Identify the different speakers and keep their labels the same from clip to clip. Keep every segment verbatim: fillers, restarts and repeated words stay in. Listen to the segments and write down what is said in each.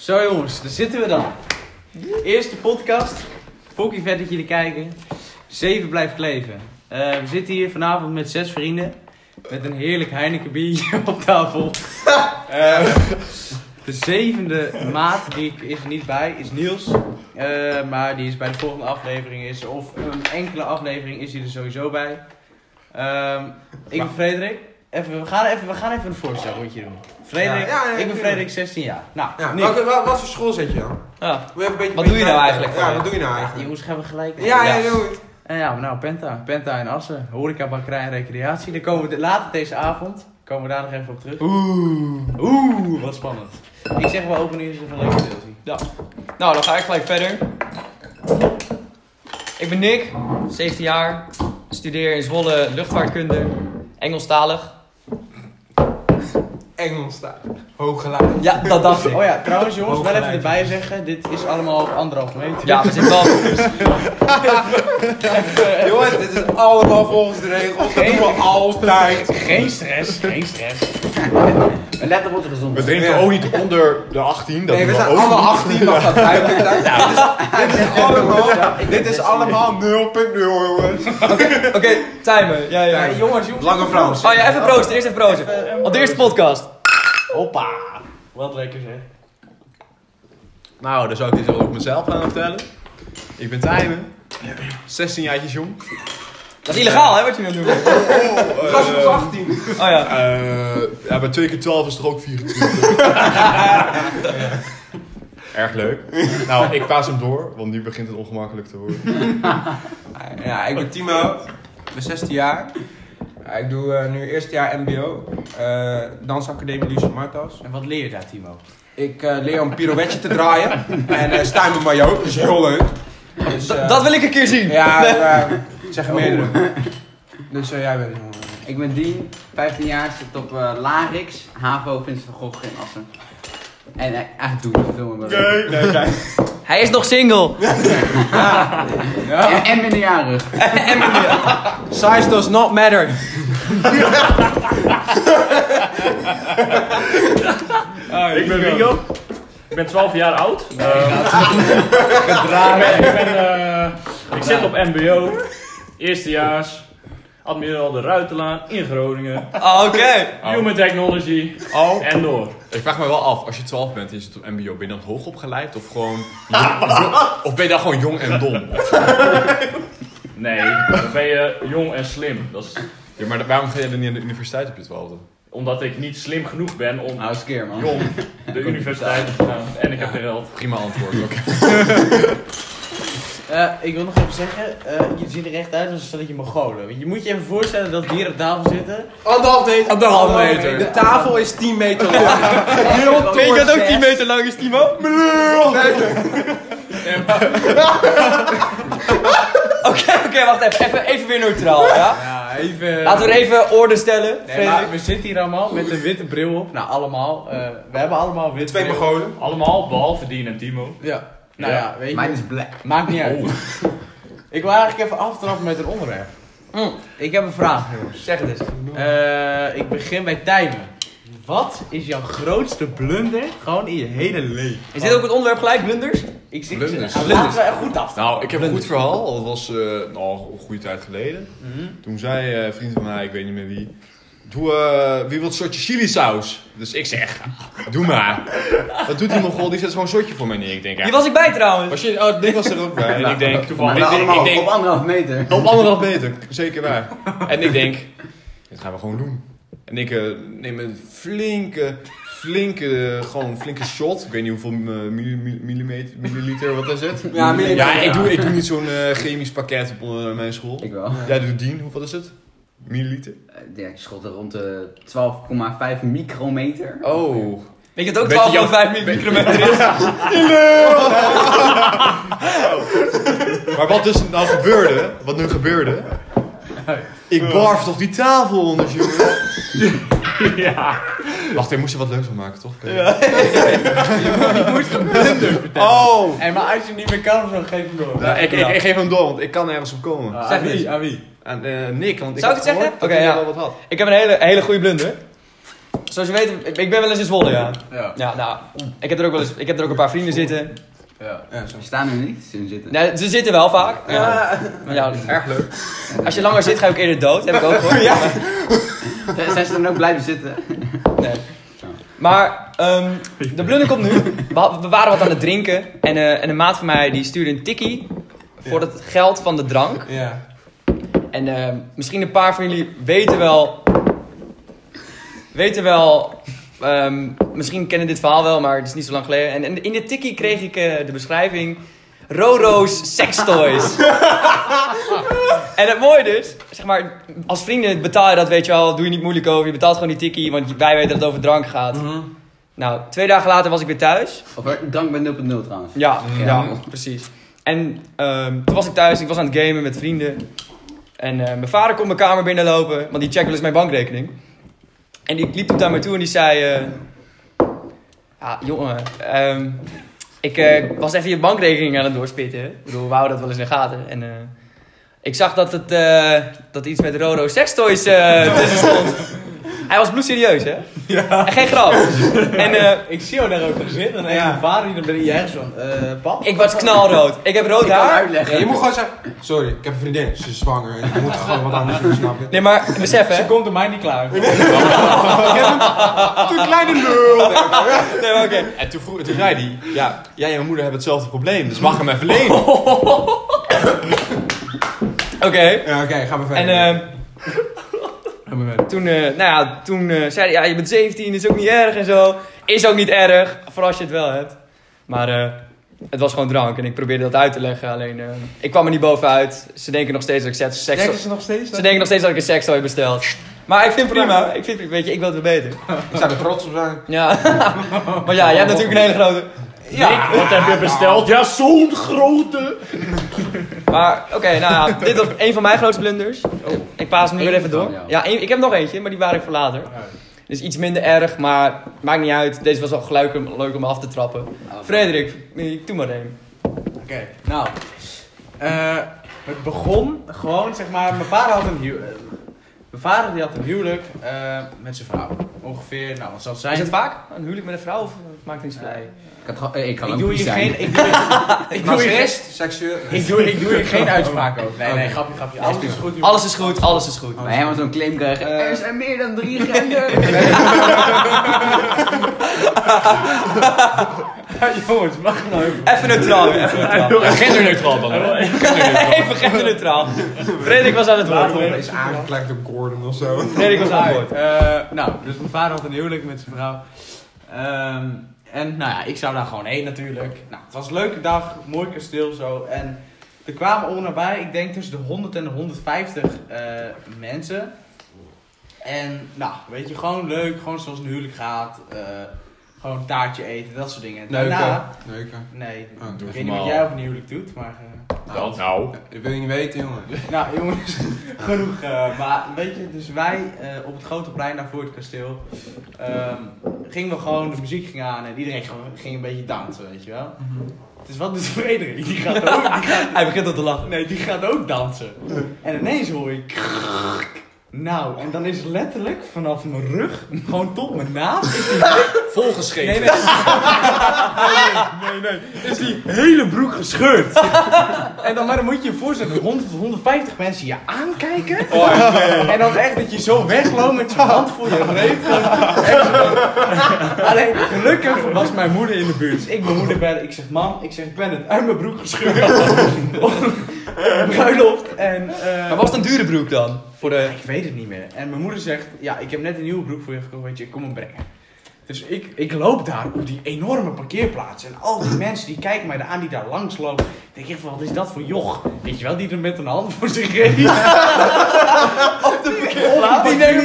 Speaker 1: Zo jongens, daar zitten we dan. Eerste podcast. Fokkie vet dat jullie kijken. Zeven blijft kleven. Uh, we zitten hier vanavond met zes vrienden. Met een heerlijk Heineken biertje op tafel. Uh, de zevende maat die is er niet bij, is Niels. Uh, maar die is bij de volgende aflevering is, of een enkele aflevering is hij er sowieso bij. Uh, ik ben Frederik. Even, we, gaan even, we gaan even een voorstelrondje doen. Frederik, ja, ja, ja, ik ben Frederik, zestien jaar. Nou,
Speaker 2: ja, welke, wat, wat voor school zit je dan?
Speaker 3: Ja.
Speaker 2: Wil je een beetje
Speaker 3: wat doe je nou eigenlijk?
Speaker 2: Ja, wat doe je nou eigenlijk?
Speaker 1: Ja, jongens, gaan we gelijk.
Speaker 2: Ja, ja, ja, doe het.
Speaker 1: En ja, nou, Penta. Penta in Assen. Horeca, bakkerij en recreatie. Daar komen we de, later deze avond. Komen we daar nog even op terug.
Speaker 3: Oeh.
Speaker 1: Oeh, wat spannend. Ik zeg, we openen eerst even een leuke deel zien.
Speaker 3: Ja. Nou, dan ga ik gelijk verder. Ik ben Nick, zeventien jaar. Studeer in Zwolle luchtvaartkunde. Engelstalig.
Speaker 2: Engelstalig. Hooggeleid.
Speaker 3: Ja, dat dacht ik.
Speaker 1: Oh ja, trouwens jongens, wel even erbij zeggen. Dit is allemaal op anderhalve meter.
Speaker 3: Ja, we zitten wel...
Speaker 2: Jongens, dit is allemaal volgens de regels. Dat doen we altijd.
Speaker 1: Geen stress, geen stress. En let op wat er gezond.
Speaker 4: We drinken
Speaker 2: Ja.
Speaker 4: ook niet onder de achttien. Dat
Speaker 2: Nee, we
Speaker 4: doen
Speaker 2: zijn
Speaker 4: ook
Speaker 2: allemaal
Speaker 4: niet.
Speaker 2: achttien, mag dat duidelijk zijn. Dit is allemaal, dit is allemaal nul punt nul, jongens.
Speaker 3: Oké, okay, timer. Ja, ja.
Speaker 1: Ja, jongens, jongens.
Speaker 2: Lange Frans.
Speaker 3: Oh ja, even proosten. Eerst even proosten. Op de eerste podcast.
Speaker 1: Hoppa. Wat lekker zeg.
Speaker 4: Nou, dan zou ik dit wel op mezelf gaan vertellen. Ik ben Tijmen. zestien jaartjes jong.
Speaker 3: Dat is illegaal, hè, wat je nu doet.
Speaker 4: Oh,
Speaker 2: Gast was achttien.
Speaker 3: Oh ja.
Speaker 4: Uh, ja, bij twee keer twaalf is toch ook vierentwintig. Erg leuk. Nou, ik paas hem door, want nu begint het ongemakkelijk te worden.
Speaker 2: Ja, ik ben Timo. Ik ben zestien jaar. Ja, ik doe uh, nu eerste jaar M B O. Uh, Dansacademie Lucie Martas.
Speaker 1: En wat leer je daar, Timo?
Speaker 2: Ik uh, leer om een pirouetje te draaien. En uh, sta met maillot. Dat is heel leuk. Dus, uh,
Speaker 3: Dat wil ik een keer zien.
Speaker 2: Ja, uh, zeggen meerdere. Dus uh, jij bent jongen.
Speaker 5: Ik ben Dien, vijftien jaar, zit op uh, Larix, HAVO, Vincent van Gogh in Assen. En uh, eigenlijk doe ik niet veel meer.
Speaker 4: Nee, nee, kijk.
Speaker 3: Hij is nog single.
Speaker 5: Ja. En, en minderjarig.
Speaker 2: Size does not matter.
Speaker 6: Ah, ik ben Rigo. Ik ben twaalf jaar oud. Uh, ik ben, ik, ben, uh, ik zit op M B O. Eerstejaars. Admiraal de Ruitenlaan in Groningen.
Speaker 3: Oh, oké. Okay.
Speaker 6: Human Technology.
Speaker 4: Oh.
Speaker 6: En door.
Speaker 4: Ik vraag me wel af, als je twaalf bent en je zit op M B O, ben je dan hoogopgeleid of gewoon... jong, of ben je dan gewoon jong en dom?
Speaker 6: Nee, dan ben je jong en slim. Dat is
Speaker 4: Ja, maar waarom ga je dan niet aan de universiteit op je twaalfde?
Speaker 6: omdat ik niet slim genoeg ben om
Speaker 5: Nou, skeer man.
Speaker 6: jong de universiteit te gaan. En ik heb geen geld.
Speaker 4: Prima antwoord, oké.
Speaker 1: Uh, ik wil nog even zeggen, uh, je ziet er echt uit als een stelletje Mongolen. Want je moet je even voorstellen dat we hier aan tafel zitten.
Speaker 2: Anderhalf meter.
Speaker 4: Anderhalf meter.
Speaker 2: De tafel is tien meter lang. Heel
Speaker 3: Weet je dat ook tien meter lang is, Timo? Oké, oké, wacht even. even. Even weer neutraal, ja?
Speaker 1: Ja, even...
Speaker 3: Laten we er even orde stellen.
Speaker 1: Nee, maar we zitten hier allemaal met een witte bril op. Nou, allemaal. Uh, we hebben allemaal witte
Speaker 2: Twee
Speaker 1: bril.
Speaker 2: Mongolen.
Speaker 6: Allemaal, behalve Dien en Timo.
Speaker 1: Ja. Nou ja, weet je.
Speaker 5: Mine is black.
Speaker 1: Maakt niet uit. Ik wil eigenlijk even aftrappen met een onderwerp.
Speaker 3: Mm.
Speaker 1: Ik heb een vraag, jongens.
Speaker 3: Zeg het eens.
Speaker 1: Uh, ik begin bij Tijmen. Wat is jouw grootste blunder gewoon in je hele leven?
Speaker 3: Is dit ook het onderwerp gelijk, blunders?
Speaker 1: Ik zeg,
Speaker 4: Blunders.
Speaker 1: nou, laten we echt goed af.
Speaker 4: Nou, ik heb een goed verhaal. Dat was uh, nou, een goede tijd geleden.
Speaker 1: Mm-hmm.
Speaker 4: Toen zei uh, een vriend van mij, ik weet niet meer wie... Doe, uh, wie wil een soortje chilisaus? Dus ik zeg, doe maar. Dat doet die Mongool, die zet gewoon een soortje voor mij neer. Ik denk,
Speaker 3: Hier was ik bij trouwens.
Speaker 4: was je, oh, dit was er ook bij. En ik denk,
Speaker 6: toevallig.
Speaker 4: ik denk,
Speaker 5: allemaal
Speaker 4: ik denk
Speaker 5: op anderhalf meter.
Speaker 4: op anderhalf meter, zeker waar. En ik denk, dit gaan we gewoon doen. En ik uh, neem een flinke, flinke, uh, gewoon flinke shot. Ik weet niet hoeveel uh, milli- millimeter, milliliter, wat is het?
Speaker 2: Ja, millimeter.
Speaker 4: Ja, ik doe, ik doe niet zo'n uh, chemisch pakket op uh, mijn school.
Speaker 5: Ik wel.
Speaker 4: Jij doet Dien, hoeveel is het? Milliliter?
Speaker 5: Ja, ik schot er rond de twaalf komma vijf micrometer.
Speaker 4: Oh.
Speaker 3: Weet je het ook
Speaker 4: Weet je
Speaker 3: twaalf komma vijf micrometer is?
Speaker 4: Maar wat dus nou gebeurde, wat nu gebeurde... Ik barf toch die tafel onder, jongen.
Speaker 6: Ja.
Speaker 4: Wacht, ik moest er wat leuks van maken, toch? Okay.
Speaker 3: Ja.
Speaker 1: Je moest een blunder vertellen.
Speaker 4: Oh!
Speaker 1: Hey, maar als je niet meer kan, dan geef hem door.
Speaker 4: Nou, ik, ik, ik geef hem door, want ik kan ergens op komen.
Speaker 1: Ah,
Speaker 3: Zeg
Speaker 1: aan
Speaker 3: eens.
Speaker 1: wie? Aan wie?
Speaker 4: Aan uh, Nick, want ik
Speaker 3: Zou ik
Speaker 4: had
Speaker 3: het zeggen?
Speaker 4: gehoord dat
Speaker 3: Oké,
Speaker 4: hij
Speaker 3: ja.
Speaker 4: wel wat had.
Speaker 3: Ik heb een hele, hele goede blunder. zoals je weet, ik- ik ben wel eens in Zwolle, ja.
Speaker 5: Ja.
Speaker 3: Ja, nou, ik heb er ook wel eens, ik heb er ook een paar vrienden zitten.
Speaker 5: Ja.
Speaker 2: Ja, zo.
Speaker 5: Ze staan er niet, ze zitten.
Speaker 3: Nee, ze zitten wel vaak. Ja. Maar ja,
Speaker 2: Erg leuk.
Speaker 3: als je langer zit, ga je ook eerder dood. Heb ik ook gehoord.
Speaker 2: Ja.
Speaker 5: Zijn ze dan ook blijven zitten?
Speaker 3: Nee. Maar ehm, de blunder komt nu. We, had- we waren wat aan het drinken. En, eh, en een maat van mij die stuurde een tikkie voor het geld van de drank.
Speaker 2: Ja.
Speaker 3: En ehm, misschien een paar van jullie weten wel... Weten wel... ehm, misschien kennen dit verhaal wel, maar het is niet zo lang geleden. En, en in de tikkie kreeg ik eh, de beschrijving... Roro's sextoys. En het mooie dus, zeg maar, als vrienden betaal je dat, weet je wel, doe je niet moeilijk over. Je betaalt gewoon die tikkie, want wij weten dat het over drank gaat. Nou, twee dagen later was ik weer thuis.
Speaker 5: Of eh, drank bij nul punt nul trouwens.
Speaker 3: Ja,
Speaker 5: Ja.
Speaker 3: ja, precies. En ehm, toen was ik thuis, ik was aan het gamen met vrienden. En eh, mijn vader komt mijn kamer binnenlopen, want die checkt wel eens mijn bankrekening. En die liep toen naar mij toe en die zei... eh, ja, jongen, ehm, ik eh, was even je bankrekening aan het doorspitten. Ik bedoel, we houden dat wel eens in de gaten. En eh, ik zag dat het eh, dat iets met Roro sextoys eh tussen stond. Hij was bloedserieus, hè? Ja. En geen grap. En eh,
Speaker 1: Ik zie jou daar ook nog zitten. En
Speaker 2: Ja.
Speaker 1: mijn vader die dan ben je ergens van, eh, pap?
Speaker 3: ik was knalrood. Ik heb rood
Speaker 5: Ik kan
Speaker 3: haar.
Speaker 5: uitleggen.
Speaker 2: Ja, je moet gewoon zeggen, sorry, ik heb een vriendin, ze is zwanger. Je moet gewoon wat anders doen, snap je?
Speaker 3: Nee, maar besef, hè?
Speaker 1: Ze komt door mij niet klaar.
Speaker 2: Ik heb een een kleine lul.
Speaker 3: Nee, maar oké.
Speaker 4: En toen, vroeg, toen zei hij, ja, jij en mijn moeder hebben hetzelfde probleem, dus mag hem even lenen.
Speaker 3: Oké.
Speaker 2: Ja, oké, ga maar verder.
Speaker 3: En ehm toen, eh, nou ja, toen eh, zei hij, ja, je bent zeventien, is ook niet erg en zo. Is ook niet erg, voor als je het wel hebt. Maar eh, het was gewoon drank en ik probeerde dat uit te leggen. Alleen, eh, ik kwam er niet bovenuit. Ze denken nog steeds dat ik seks... seks
Speaker 2: Denken ze nog steeds?
Speaker 3: ze denken nog steeds dat ik een seks heb besteld. Maar ik vind het prima. Ik vind, weet je, ik wil het wel beter.
Speaker 2: Ik zou er trots op zijn.
Speaker 3: Ja. Maar ja, jij hebt natuurlijk een hele grote...
Speaker 6: Ja. Wat heb je besteld? Ja, zo'n grote.
Speaker 3: Maar oké, nou ja, dit was een van mijn grootste blunders. Ik paas hem nu
Speaker 5: Eén
Speaker 3: weer even door.
Speaker 5: van jou.
Speaker 3: Ja, één- ik heb nog eentje, maar die waar ik voor later. Dus iets minder erg, maar maakt niet uit. Deze was wel leuk om, leuk om af te trappen. Frederik, doe maar één.
Speaker 1: Oké, nou. eh, het begon gewoon, zeg maar, mijn vader had een huwelijk. Mijn vader die had een huwelijk eh, met zijn vrouw. Ongeveer, nou wat zal het zijn?
Speaker 3: Is het vaak? Een huwelijk met een vrouw of maakt het niet zo uit?
Speaker 5: Ik, had, gewoon- eh, ik kan
Speaker 1: Ik
Speaker 5: ook
Speaker 1: doe
Speaker 5: niet
Speaker 1: hier
Speaker 5: zijn.
Speaker 1: geen, ik doe hier, ik doe hier geen,
Speaker 2: Narcist, seksueel.
Speaker 1: ik doe, ik doe hier geen uitspraak over. Nee, nee,
Speaker 2: Oké.
Speaker 1: grapje, grapje. Alles is goed.
Speaker 3: Alles is goed, alles is goed.
Speaker 5: Maar helemaal zo'n claim krijgen.
Speaker 2: Eh.
Speaker 5: er zijn meer dan drie genders.
Speaker 1: Ja, jongens, mag ik nou even?
Speaker 3: Even neutraal, weer, even neutraal.
Speaker 4: Genderneutraal dan, hè?
Speaker 3: Even genderneutraal. Frederik was aan het woord.
Speaker 2: Hij is aangekleed door Gordon of zo.
Speaker 3: Frederik was aan het woord.
Speaker 1: Eh, nou, dus mijn vader had een huwelijk met zijn vrouw. Ehm, en nou ja, ik zou daar gewoon heen natuurlijk. Nou, het was een leuke dag, mooi kasteel zo. En er kwamen om en nabij, ik denk tussen de honderd en de honderdvijftig eh, mensen. En nou, weet je, gewoon leuk, gewoon zoals een huwelijk gaat. eh, gewoon een taartje eten, dat soort dingen. Daarna,
Speaker 2: Neuken. Neuken.
Speaker 1: nee,
Speaker 2: Oh,
Speaker 1: ik
Speaker 4: doe
Speaker 1: weet
Speaker 4: even
Speaker 1: niet wat
Speaker 4: normaal.
Speaker 1: jij op een huwelijk doet, maar... eh,
Speaker 4: Nou, nou.
Speaker 2: Dat wil je niet weten, jongen.
Speaker 1: Nou jongens, genoeg. eh, maar weet je, dus wij eh, op het grote plein daar voor het kasteel ehm, gingen we gewoon, de muziek ging aan en iedereen gewoon, ging een beetje dansen, weet je wel. Dus wat doet Frederik? Die gaat ook, die gaat,
Speaker 3: Hij begint al te lachen.
Speaker 1: nee, die gaat ook dansen. En ineens hoor je nou, en dan is letterlijk vanaf mijn rug, gewoon tot mijn naast, is die,
Speaker 4: Volgeschreven.
Speaker 1: nee, nee, nee, nee, nee, is die hele broek gescheurd. En dan, maar dan moet je je voorstellen, honderd tot honderdvijftig mensen je aankijken. En dan echt dat je zo wegloopt met je hand voor je reet. Alleen, gelukkig was mijn moeder in de buurt. Dus ik mijn moeder bellen. Ik zeg, mam, ik zeg, ik ben het uit mijn broek gescheurd. Op een bruiloft. En, eh,
Speaker 3: Maar was het een dure broek dan? Voor de...
Speaker 1: ik weet het niet meer. En mijn moeder zegt, ja, ik heb net een nieuwe broek voor je gekocht, weet je, ik kom hem brengen. Dus ik, ik loop daar op die enorme parkeerplaats. En al die mensen die kijken mij daar aan, die daar langs lopen. Denk ik van, wat is dat voor joch? Weet je wel, die er met een hand voor zich reed. Op de parkeerplaats. Die denken,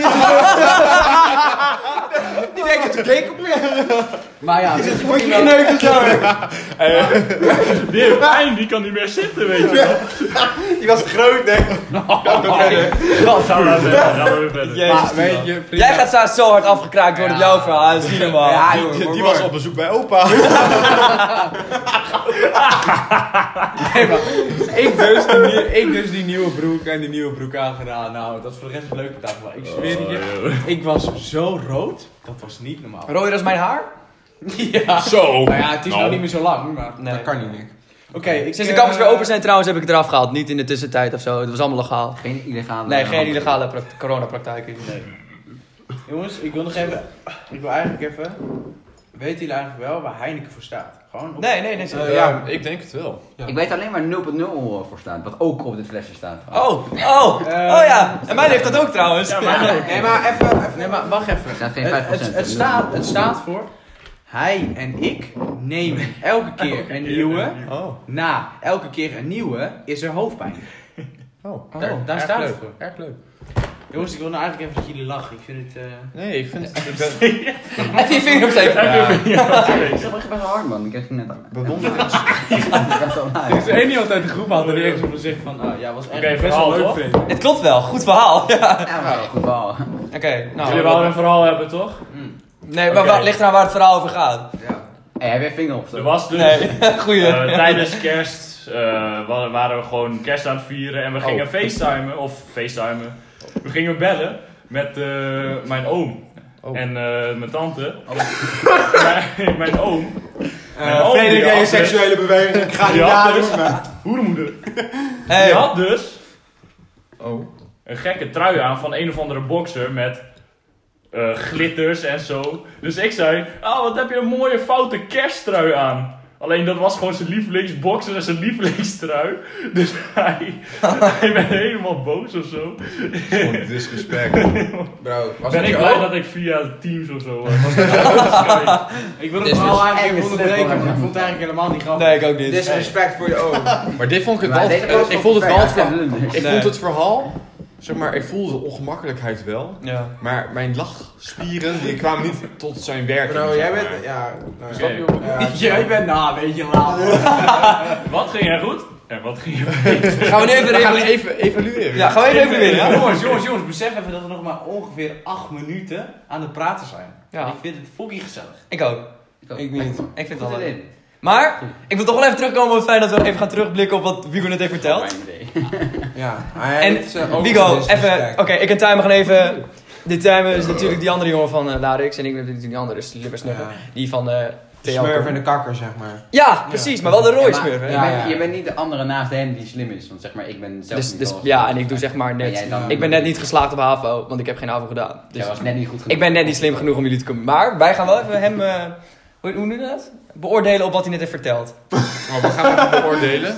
Speaker 2: Die denken, toen keek op je.
Speaker 1: maar ja, dus
Speaker 2: Moet je neuken zo.
Speaker 6: Die heeft pijn, die kan niet meer zitten, weet je wel.
Speaker 2: Die was groot, denk ik.
Speaker 6: Wat zou dat zijn? Gaan we weer verder.
Speaker 3: Jezus,
Speaker 1: maar weet je,
Speaker 3: Jij gaat straks zo hard afgekraakt worden op jouw verhaal, dat is niet normaal.
Speaker 2: Ja,
Speaker 4: Die,
Speaker 2: jongen,
Speaker 4: die,
Speaker 2: maar
Speaker 4: die was
Speaker 2: hoor.
Speaker 4: op bezoek bij opa.
Speaker 1: Nee, maar ik dus, die, nieuw- ik dus die nieuwe broek en die nieuwe broek aangedaan. Nou, dat is voor de rest een leuke dag. Maar ik zweer het je, ik was zo rood. Dat was niet normaal.
Speaker 3: Rooier als mijn haar?
Speaker 1: Ja.
Speaker 4: Zo!
Speaker 1: Maar ja, het is
Speaker 4: Nou.
Speaker 1: nou niet meer zo lang. Maar...
Speaker 3: Nee.
Speaker 2: Dat kan niet, Nick.
Speaker 1: Oké, ik...
Speaker 3: Sinds de
Speaker 1: eh,
Speaker 3: kappers weer open zijn trouwens heb ik het eraf gehaald. Niet in de tussentijd of zo. Het was allemaal legaal.
Speaker 5: Geen illegale...
Speaker 3: Nee, geen illegale pra- coronapraktijken.
Speaker 1: Nee. Jongens, ik wil nog even... Ik wil eigenlijk even... Weten jullie eigenlijk wel waar Heineken voor staat? Gewoon op...
Speaker 3: Nee, nee, nee.
Speaker 4: Uh,
Speaker 2: ja.
Speaker 4: ja, ik denk het wel.
Speaker 2: Ja.
Speaker 5: Ik weet alleen waar nul punt nul voor staat, wat ook op dit flesje staat.
Speaker 3: Oh, oh, oh ja. En mij heeft dat ook trouwens.
Speaker 6: Ja, maar
Speaker 2: Nee, maar even... even
Speaker 1: Nee, maar wacht even.
Speaker 5: Er staat geen
Speaker 1: Het,
Speaker 5: vijf
Speaker 1: het,
Speaker 5: procent.
Speaker 1: het, staat, het staat voor... Hij en ik nemen elke keer een nieuwe.
Speaker 4: Oh.
Speaker 1: Na elke keer een nieuwe is er hoofdpijn.
Speaker 4: Oh,
Speaker 1: Daar-
Speaker 4: erg-
Speaker 1: daar
Speaker 4: erg
Speaker 1: staat
Speaker 4: leuk.
Speaker 1: het voor.
Speaker 4: Erg leuk.
Speaker 1: Jongens, ik wil nou eigenlijk even dat jullie lachen. Ik vind het... eh,
Speaker 4: Nee, ik vind het... Ik ben
Speaker 3: Even je vinger opsteken.
Speaker 4: ja,
Speaker 5: Ik zeg best wel hard, man. Ik kreeg je net aan.
Speaker 4: bewonderings...
Speaker 5: Best wel
Speaker 1: Er is
Speaker 5: hard.
Speaker 1: één iemand uit de groep had en die ergens op zich van... Ah, ja, was
Speaker 6: Oké,
Speaker 1: eigenlijk best
Speaker 6: verhaal,
Speaker 1: wel leuk
Speaker 6: toch?
Speaker 1: vriend.
Speaker 3: Het klopt wel, goed verhaal. Ja.
Speaker 5: Ja, maar goed verhaal.
Speaker 3: Oké, nou.
Speaker 6: Jullie wouden een verhaal hebben, toch?
Speaker 3: Nee, maar
Speaker 6: Oké.
Speaker 3: wat ligt eraan waar het verhaal over gaat?
Speaker 5: Hé, heb je een vinger op?
Speaker 6: Er was dus...
Speaker 3: Nee, goeie.
Speaker 6: eh, tijdens kerst eh, wa- waren we gewoon kerst aan het vieren en we gingen
Speaker 4: Oh.
Speaker 6: facetimen, of facetimen. We gingen bellen met eh, mijn oom
Speaker 4: Oh.
Speaker 6: en eh, mijn tante. mijn, mijn oom,
Speaker 2: Uh,
Speaker 6: Oh,
Speaker 2: Frederik
Speaker 6: die
Speaker 2: deed een
Speaker 6: had-
Speaker 2: seksuele beweging. Ik ga
Speaker 6: die
Speaker 2: niet
Speaker 6: had
Speaker 2: nadoen,
Speaker 6: dus-
Speaker 2: maar...
Speaker 6: hoerenmoeder.
Speaker 3: Hey.
Speaker 6: Die had dus
Speaker 4: Oh.
Speaker 6: een gekke trui aan van een of andere bokser met eh, glitters en zo. Dus ik zei, ah, wat heb je een mooie foute kersttrui aan. Alleen dat was gewoon zijn lievelingsboxer en zijn lievelingstrui. Dus hij, hij werd helemaal boos of zo.
Speaker 4: Gewoon disrespect.
Speaker 2: Bro, was
Speaker 6: Ben
Speaker 2: het
Speaker 6: ik
Speaker 2: je
Speaker 6: blij
Speaker 2: ook?
Speaker 6: dat ik via Teams of zo was. was het
Speaker 1: Ik wil het
Speaker 3: Dit is
Speaker 1: verhaal
Speaker 5: dus
Speaker 1: eigenlijk even
Speaker 5: erg
Speaker 1: onderbreken,
Speaker 5: simpel.
Speaker 1: maar ik vond het eigenlijk helemaal niet grappig.
Speaker 3: Nee, ik ook niet.
Speaker 2: Disrespect voor je oom.
Speaker 4: Maar dit vond ik het
Speaker 5: Maar
Speaker 4: wel...
Speaker 5: deze
Speaker 4: eh,
Speaker 5: was
Speaker 4: ik
Speaker 5: op
Speaker 4: vond het wel... het
Speaker 5: ver-
Speaker 4: verhaal-
Speaker 5: echt
Speaker 4: Ik
Speaker 3: Nee.
Speaker 4: vond het verhaal... Zeg maar, ik voelde de ongemakkelijkheid wel.
Speaker 3: Ja.
Speaker 4: Maar mijn lachspieren, die kwamen niet tot zijn werking.
Speaker 2: Bro,
Speaker 4: zeg
Speaker 2: jij
Speaker 4: maar.
Speaker 2: bent... Ja, nou,
Speaker 6: Snap je?
Speaker 2: ja.
Speaker 1: Jij bent nou een beetje laat.
Speaker 6: Wat ging er goed? En wat ging er
Speaker 3: Gaan we nu even,
Speaker 4: We gaan
Speaker 3: even,
Speaker 4: even evalueren.
Speaker 3: ja, gaan we even evalueren, ja?
Speaker 1: Jongens, jongens, jongens, besef even dat we nog maar ongeveer acht minuten aan het praten zijn.
Speaker 3: Ja.
Speaker 1: Ik vind het fucking gezellig.
Speaker 3: Ik ook.
Speaker 2: Ik niet.
Speaker 3: Ik vind het wel
Speaker 5: Goed
Speaker 3: leuk.
Speaker 5: idee.
Speaker 3: Maar, ik wil toch wel even terugkomen op het feit dat we even gaan terugblikken op wat Wigo net heeft verteld.
Speaker 5: Mijn idee.
Speaker 2: Ja. Hij
Speaker 3: En
Speaker 2: heeft, eh, ook
Speaker 3: Wigo,
Speaker 2: disrespect.
Speaker 3: even, oké, ik en Tijmen gaan even... Die Tijmen is natuurlijk die andere jongen van uh, Larix en ik ben natuurlijk die andere, Slippersnuffer.
Speaker 2: Ja.
Speaker 3: Die van uh,
Speaker 2: De
Speaker 3: Theo.
Speaker 2: smurf en de kakker, zeg maar.
Speaker 3: Ja, precies, maar wel de rode
Speaker 5: Ja, maar
Speaker 3: smurf, hè?
Speaker 5: je,
Speaker 2: Ja,
Speaker 5: bent,
Speaker 2: ja.
Speaker 5: je bent niet de andere naast hem die slim is. Want zeg maar, ik ben zelf
Speaker 3: Dus,
Speaker 5: niet
Speaker 3: dus,
Speaker 5: zo-
Speaker 3: ja, en ik doe zeg maar
Speaker 5: En
Speaker 3: net...
Speaker 5: jij dan-
Speaker 3: Ik ben net niet geslaagd op HAVO, want ik heb geen HAVO gedaan. Dus
Speaker 5: Jij was net niet goed genoeg.
Speaker 3: ik ben net niet slim genoeg om jullie te komen. Maar wij gaan wel even hem... uh, hoe, hoe noem je dat? Beoordelen op wat hij net heeft verteld.
Speaker 4: Maar we gaan even beoordelen.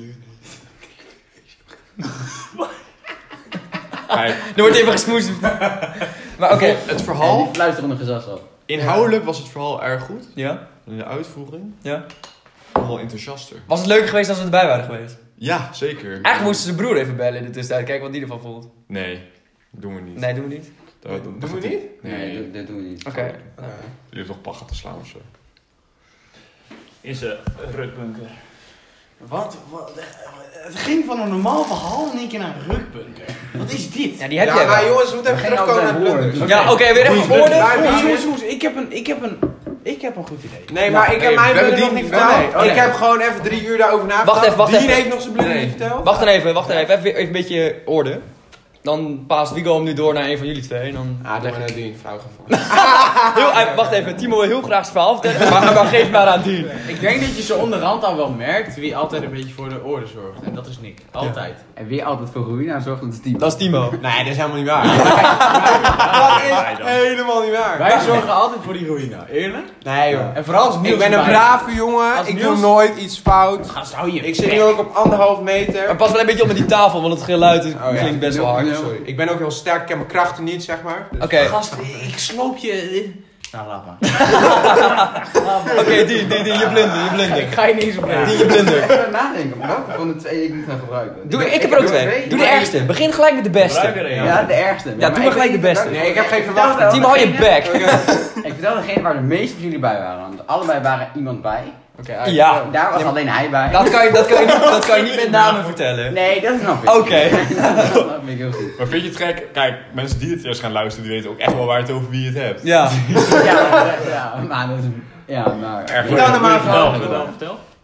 Speaker 4: Kijk,
Speaker 3: Er wordt even gesmoest. Maar oké.
Speaker 4: het
Speaker 5: En
Speaker 4: verhaal...
Speaker 5: die fluisterende gezelschap.
Speaker 4: Inhoudelijk was het verhaal erg goed.
Speaker 3: Ja?
Speaker 4: In de uitvoering
Speaker 3: Ja?
Speaker 4: wel enthousiaster.
Speaker 3: Was het leuker geweest als we erbij waren geweest?
Speaker 4: Ja, zeker.
Speaker 3: Eigenlijk moesten ze zijn broer even bellen in de tussentijd. Kijken wat die ervan voelt.
Speaker 4: Nee, doen we niet.
Speaker 3: Nee, doen we niet.
Speaker 4: Dat, dat,
Speaker 2: Doen
Speaker 4: dat
Speaker 2: we
Speaker 4: gaat-
Speaker 2: niet?
Speaker 4: Nee,
Speaker 5: Nee, dat, dat doen we niet.
Speaker 3: Oké.
Speaker 2: Oké.
Speaker 4: je hebt toch pacht te slaan of zo.
Speaker 6: in zijn rukbunker.
Speaker 1: Wat, wat? Het ging van een normaal verhaal in één keer naar een rukbunker. Wat is dit?
Speaker 3: Ja, die heb
Speaker 2: Ja,
Speaker 3: jij
Speaker 2: maar
Speaker 3: wel.
Speaker 2: jongens, we moeten even
Speaker 5: Geen
Speaker 2: terugkomen naar
Speaker 5: altijd
Speaker 2: blunders.
Speaker 5: woord.
Speaker 3: Ja, oké, weer even
Speaker 2: Goeie
Speaker 3: oordeel.
Speaker 2: blunders.
Speaker 1: Jongens,
Speaker 2: maar-
Speaker 1: jongens, jongens, ik heb een, ik heb een, ik heb een goed idee.
Speaker 2: Nee, maar ik heb
Speaker 4: nee,
Speaker 2: mijn
Speaker 4: we hebben
Speaker 2: blunder nog
Speaker 4: die-
Speaker 2: niet
Speaker 4: nee,
Speaker 2: verteld.
Speaker 3: nee, oh,
Speaker 2: Ik
Speaker 3: nee.
Speaker 2: heb gewoon even drie uur daarover nagedacht.
Speaker 3: Wacht even, wacht
Speaker 2: Dien
Speaker 3: even.
Speaker 2: heeft nog zijn blunder
Speaker 3: Nee.
Speaker 2: niet verteld.
Speaker 3: Wacht dan even, wacht dan even. Even, even een beetje orde. Dan paast Wigo hem nu door naar een van jullie twee. En dan
Speaker 2: Ah, doe
Speaker 3: leg
Speaker 2: maar
Speaker 3: ik-
Speaker 2: naar Dien, vrouw gevallen.
Speaker 3: heel, eh, wacht even, Timo wil heel graag zijn verhaal vertellen. Maar, maar geef maar aan Dien.
Speaker 1: Ik denk dat je zo onderhand al wel merkt wie altijd een beetje voor de orde zorgt. En dat is Nick. Altijd.
Speaker 5: En wie altijd voor ruïna zorgt, dat is die.
Speaker 3: Dat is Timo.
Speaker 2: Nee, dat is helemaal niet waar. Dat
Speaker 6: Nee,
Speaker 2: is
Speaker 6: dan.
Speaker 2: helemaal niet waar.
Speaker 1: Wij zorgen altijd voor die ruïna. Eerlijk?
Speaker 2: Nee joh.
Speaker 1: En vooral als Niels
Speaker 2: Ik ben een
Speaker 1: erbij.
Speaker 2: brave jongen,
Speaker 1: Als
Speaker 2: ik
Speaker 1: Niels-
Speaker 2: doe nooit iets fout.
Speaker 1: Gast, hou je
Speaker 2: Ik zit nu ook op anderhalf meter.
Speaker 3: Maar pas wel een beetje op met die tafel, want het geluid het
Speaker 2: Oh, ja.
Speaker 3: klinkt best wel hard.
Speaker 5: Ja.
Speaker 2: Sorry, ik ben ook heel sterk, ik heb mijn krachten niet, zeg maar. Dus-
Speaker 3: Oké,
Speaker 1: Gast, ik sloop je... Nou, laat maar.
Speaker 3: oké, Dien, Dien, Dien, je blunder, je blunder.
Speaker 1: Ik ga je niet eens op
Speaker 3: Dien, je blunder.
Speaker 5: Even nadenken, welke van de twee ik moet gaan gebruiken?
Speaker 3: Doe, ik heb er ook twee. Doe de ergste. Begin gelijk met de
Speaker 6: Gebruik
Speaker 3: beste.
Speaker 6: er een.
Speaker 5: Ja, de ergste.
Speaker 3: Ja, doe maar gelijk de beste.
Speaker 2: Nee, ik heb geen
Speaker 5: verwachting.
Speaker 2: verwachting.
Speaker 3: Timo, hou je back.
Speaker 5: Ik vertel degene waar de meeste van jullie bij waren. Want allebei waren iemand bij.
Speaker 1: Oké,
Speaker 3: Ja,
Speaker 5: Daar was alleen hij bij.
Speaker 3: dat kan je, dat kan je, niet, dat kan je niet met namen vertellen.
Speaker 5: Nee, dat snap ik.
Speaker 3: Oké.
Speaker 5: Dat snap ik heel goed.
Speaker 4: Maar vind je het gek? Kijk, mensen die het eerst gaan luisteren, die weten ook echt wel waar het over wie het hebt.
Speaker 3: Ja.
Speaker 5: Ja, ja, maar dat is... Ja, maar...
Speaker 4: Erg
Speaker 2: Vertel nou maar een
Speaker 6: Vertel,
Speaker 2: verhaal.
Speaker 6: vertel, vertel.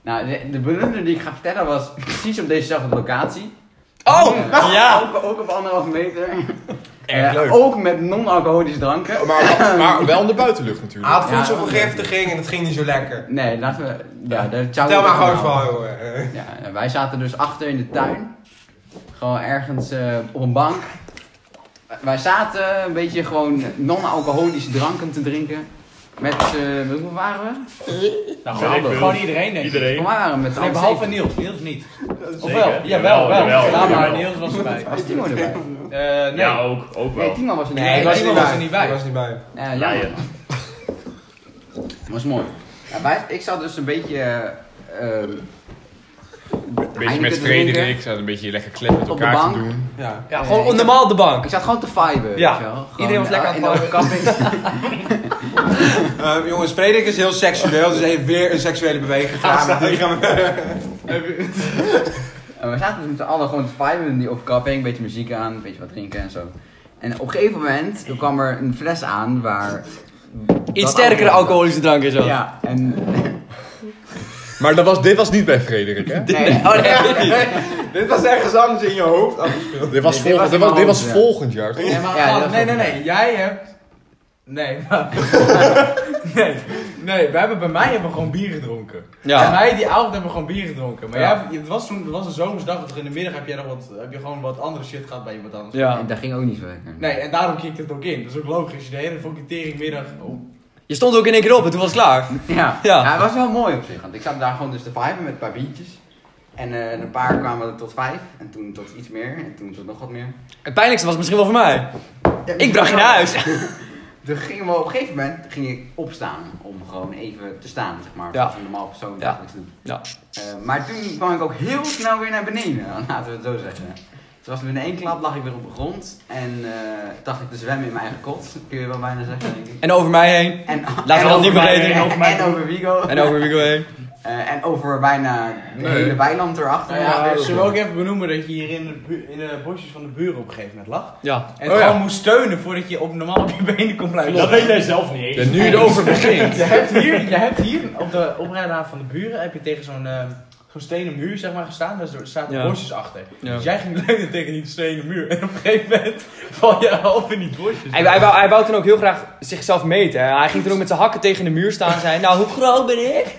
Speaker 5: Nou, de, de blunder die ik ga vertellen was precies op dezezelfde locatie.
Speaker 3: Oh!
Speaker 5: Eh,
Speaker 3: Ja!
Speaker 5: Ook, ook op anderhalve meter.
Speaker 3: Erg
Speaker 5: Eh,
Speaker 3: leuk.
Speaker 5: Ook met non-alcoholische dranken.
Speaker 4: Maar, maar wel in de buitenlucht
Speaker 2: Hij
Speaker 4: natuurlijk.
Speaker 2: had
Speaker 5: Ja,
Speaker 2: voedselvergiftiging en het ging niet zo lekker.
Speaker 5: Nee, laten we... Ja, de
Speaker 2: Vertel maar gewoon van, joh. Eh,
Speaker 5: Ja, wij zaten dus achter in de tuin. Gewoon ergens eh, op een bank. Wij zaten een beetje gewoon non-alcoholische dranken te drinken. Met, uh, hoeveel waren we?
Speaker 1: Nou,
Speaker 6: Weet ik
Speaker 1: gewoon,
Speaker 6: veel.
Speaker 1: gewoon iedereen denk ik.
Speaker 6: Iedereen.
Speaker 5: Voor mij waren we met
Speaker 1: Nee,
Speaker 5: z'n
Speaker 1: behalve
Speaker 5: allen
Speaker 1: Niels. Niels niet. Of
Speaker 6: Zeker.
Speaker 1: wel? Jawel, wel.
Speaker 6: Jawel,
Speaker 1: Ja, maar
Speaker 6: jawel.
Speaker 1: Niels was erbij.
Speaker 5: zeven. Was Timo erbij?
Speaker 1: Eh, nee.
Speaker 6: Ja, ook, ook wel.
Speaker 5: Nee, Timo was er niet
Speaker 1: Nee,
Speaker 5: bij.
Speaker 1: ik was
Speaker 2: er
Speaker 1: Timo
Speaker 2: niet
Speaker 1: was
Speaker 2: bij.
Speaker 1: er niet bij.
Speaker 2: Ik was er niet bij.
Speaker 5: Ja,
Speaker 6: Ja,
Speaker 5: jammer.
Speaker 6: ja.
Speaker 5: Dat was mooi. Ja, wij, ik zat dus een beetje... eh, ehm,
Speaker 4: Een beetje
Speaker 5: Heineken
Speaker 4: met
Speaker 5: te drinken.
Speaker 4: Frederik, zat een beetje lekker klep met
Speaker 5: Op de
Speaker 4: elkaar te
Speaker 5: bank.
Speaker 4: doen.
Speaker 2: Ja.
Speaker 3: Ja,
Speaker 5: Eh,
Speaker 3: gewoon
Speaker 5: ik
Speaker 3: normaal op de bank.
Speaker 5: Ik zat gewoon te viben,
Speaker 3: Ja.
Speaker 5: weet je wel. Gewoon,
Speaker 3: Iedereen was lekker aan
Speaker 5: in
Speaker 3: het
Speaker 5: de
Speaker 3: viben.
Speaker 5: overkapping.
Speaker 2: Uh, jongens, Frederik is heel seksueel, dus hij heeft weer een seksuele beweging gedaan. Die gaan we...
Speaker 5: En we zaten dus met z'n allen gewoon te viben in die overkapping. Een beetje muziek aan, een beetje wat drinken en zo. En op een gegeven moment toen kwam er een fles aan waar...
Speaker 3: Iets
Speaker 5: dat
Speaker 3: sterkere
Speaker 5: alcohol-
Speaker 3: alcoholische drank is zo.
Speaker 5: Ja, en...
Speaker 4: Maar dat was, dit was niet bij Frederik, hè?
Speaker 5: Nee,
Speaker 3: Oh nee.
Speaker 2: Dit was ergens anders in je hoofd afgespeeld.
Speaker 4: Dit was,
Speaker 5: Nee, dit
Speaker 4: volgend,
Speaker 5: was
Speaker 4: dit was,
Speaker 5: in
Speaker 4: dit
Speaker 5: mijn
Speaker 4: was
Speaker 5: hoofd, ja.
Speaker 4: volgend jaar, toch?
Speaker 1: Nee, maar
Speaker 5: Ja,
Speaker 1: gast,
Speaker 5: dat
Speaker 1: nee,
Speaker 5: was
Speaker 1: nee,
Speaker 5: wel-
Speaker 1: nee. Jij hebt... Nee, maar... nee, nee, we hebben bij mij hebben we gewoon bier gedronken. Bij
Speaker 3: Ja.
Speaker 1: mij die avond hebben we gewoon bier gedronken. Maar
Speaker 3: Ja.
Speaker 1: jij, hebt- het, was toen, het was een zomersdag, toch in de middag heb je, nog wat, heb je gewoon wat andere shit gehad bij iemand anders.
Speaker 3: Ja.
Speaker 5: En dat ging ook niet zo lekker.
Speaker 1: Nee, en daarom kikt het ook in. Dat is ook logisch. De hele fucking teringmiddag... Oh.
Speaker 3: Je stond ook in één keer op en toen was het klaar.
Speaker 5: Ja.
Speaker 3: Ja.
Speaker 5: Ja, het was wel mooi op zich. Want ik zat daar gewoon dus te viben met een paar biertjes. En eh, een paar kwamen er tot vijf. En toen tot iets meer. En toen tot nog wat meer.
Speaker 3: Het pijnlijkste was misschien wel voor mij. Ik bracht je naar huis.
Speaker 5: Toen gingen we op een gegeven moment ging ik opstaan. Om gewoon even te staan, zeg maar.
Speaker 3: Ja.
Speaker 5: Zoals een normaal persoon
Speaker 3: Ja.
Speaker 5: dagelijks doet.
Speaker 3: Ja.
Speaker 5: Eh, maar toen kwam ik ook heel snel weer naar beneden. Laten we het zo zeggen. Toen was er in één klap lag ik weer op de grond. En eh dacht ik te zwemmen in mijn eigen kot. Kun je wel bijna zeggen, denk ik.
Speaker 3: En over mij heen.
Speaker 5: En,
Speaker 3: Laten we
Speaker 5: en
Speaker 3: dat
Speaker 5: over
Speaker 3: niet
Speaker 5: mij
Speaker 3: vergeten.
Speaker 5: heen,
Speaker 6: Over mij
Speaker 5: En over Vigo.
Speaker 3: En over Wigo heen.
Speaker 5: Eh, en over bijna de
Speaker 4: Nee.
Speaker 5: hele weiland erachter.
Speaker 1: Nou ja,
Speaker 5: Ja,
Speaker 1: dus zullen we ook even benoemen dat je hier in de, bu- in de bosjes van de buren op een gegeven moment lag.
Speaker 3: Ja.
Speaker 1: En
Speaker 4: Oh ja.
Speaker 1: gewoon moest steunen voordat je op normaal op je benen kon blijven.
Speaker 6: Dat weet jij zelf niet eens.
Speaker 4: En nu je erover begint.
Speaker 1: Je hebt hier, je hebt hier op de oprijlaan van de buren heb je tegen zo'n eh, zo'n stenen muur zeg maar gestaan. Dus er zaten
Speaker 3: Ja.
Speaker 1: bosjes achter.
Speaker 3: Ja.
Speaker 1: Dus jij ging leunen tegen die stenen muur. En op een gegeven moment val je half in die bosjes.
Speaker 3: Hij, hij, wou, hij wou toen ook heel graag zichzelf meten. Hè. Hij ging toen ook met zijn hakken tegen de muur staan en zei: Nou, hoe groot ben ik?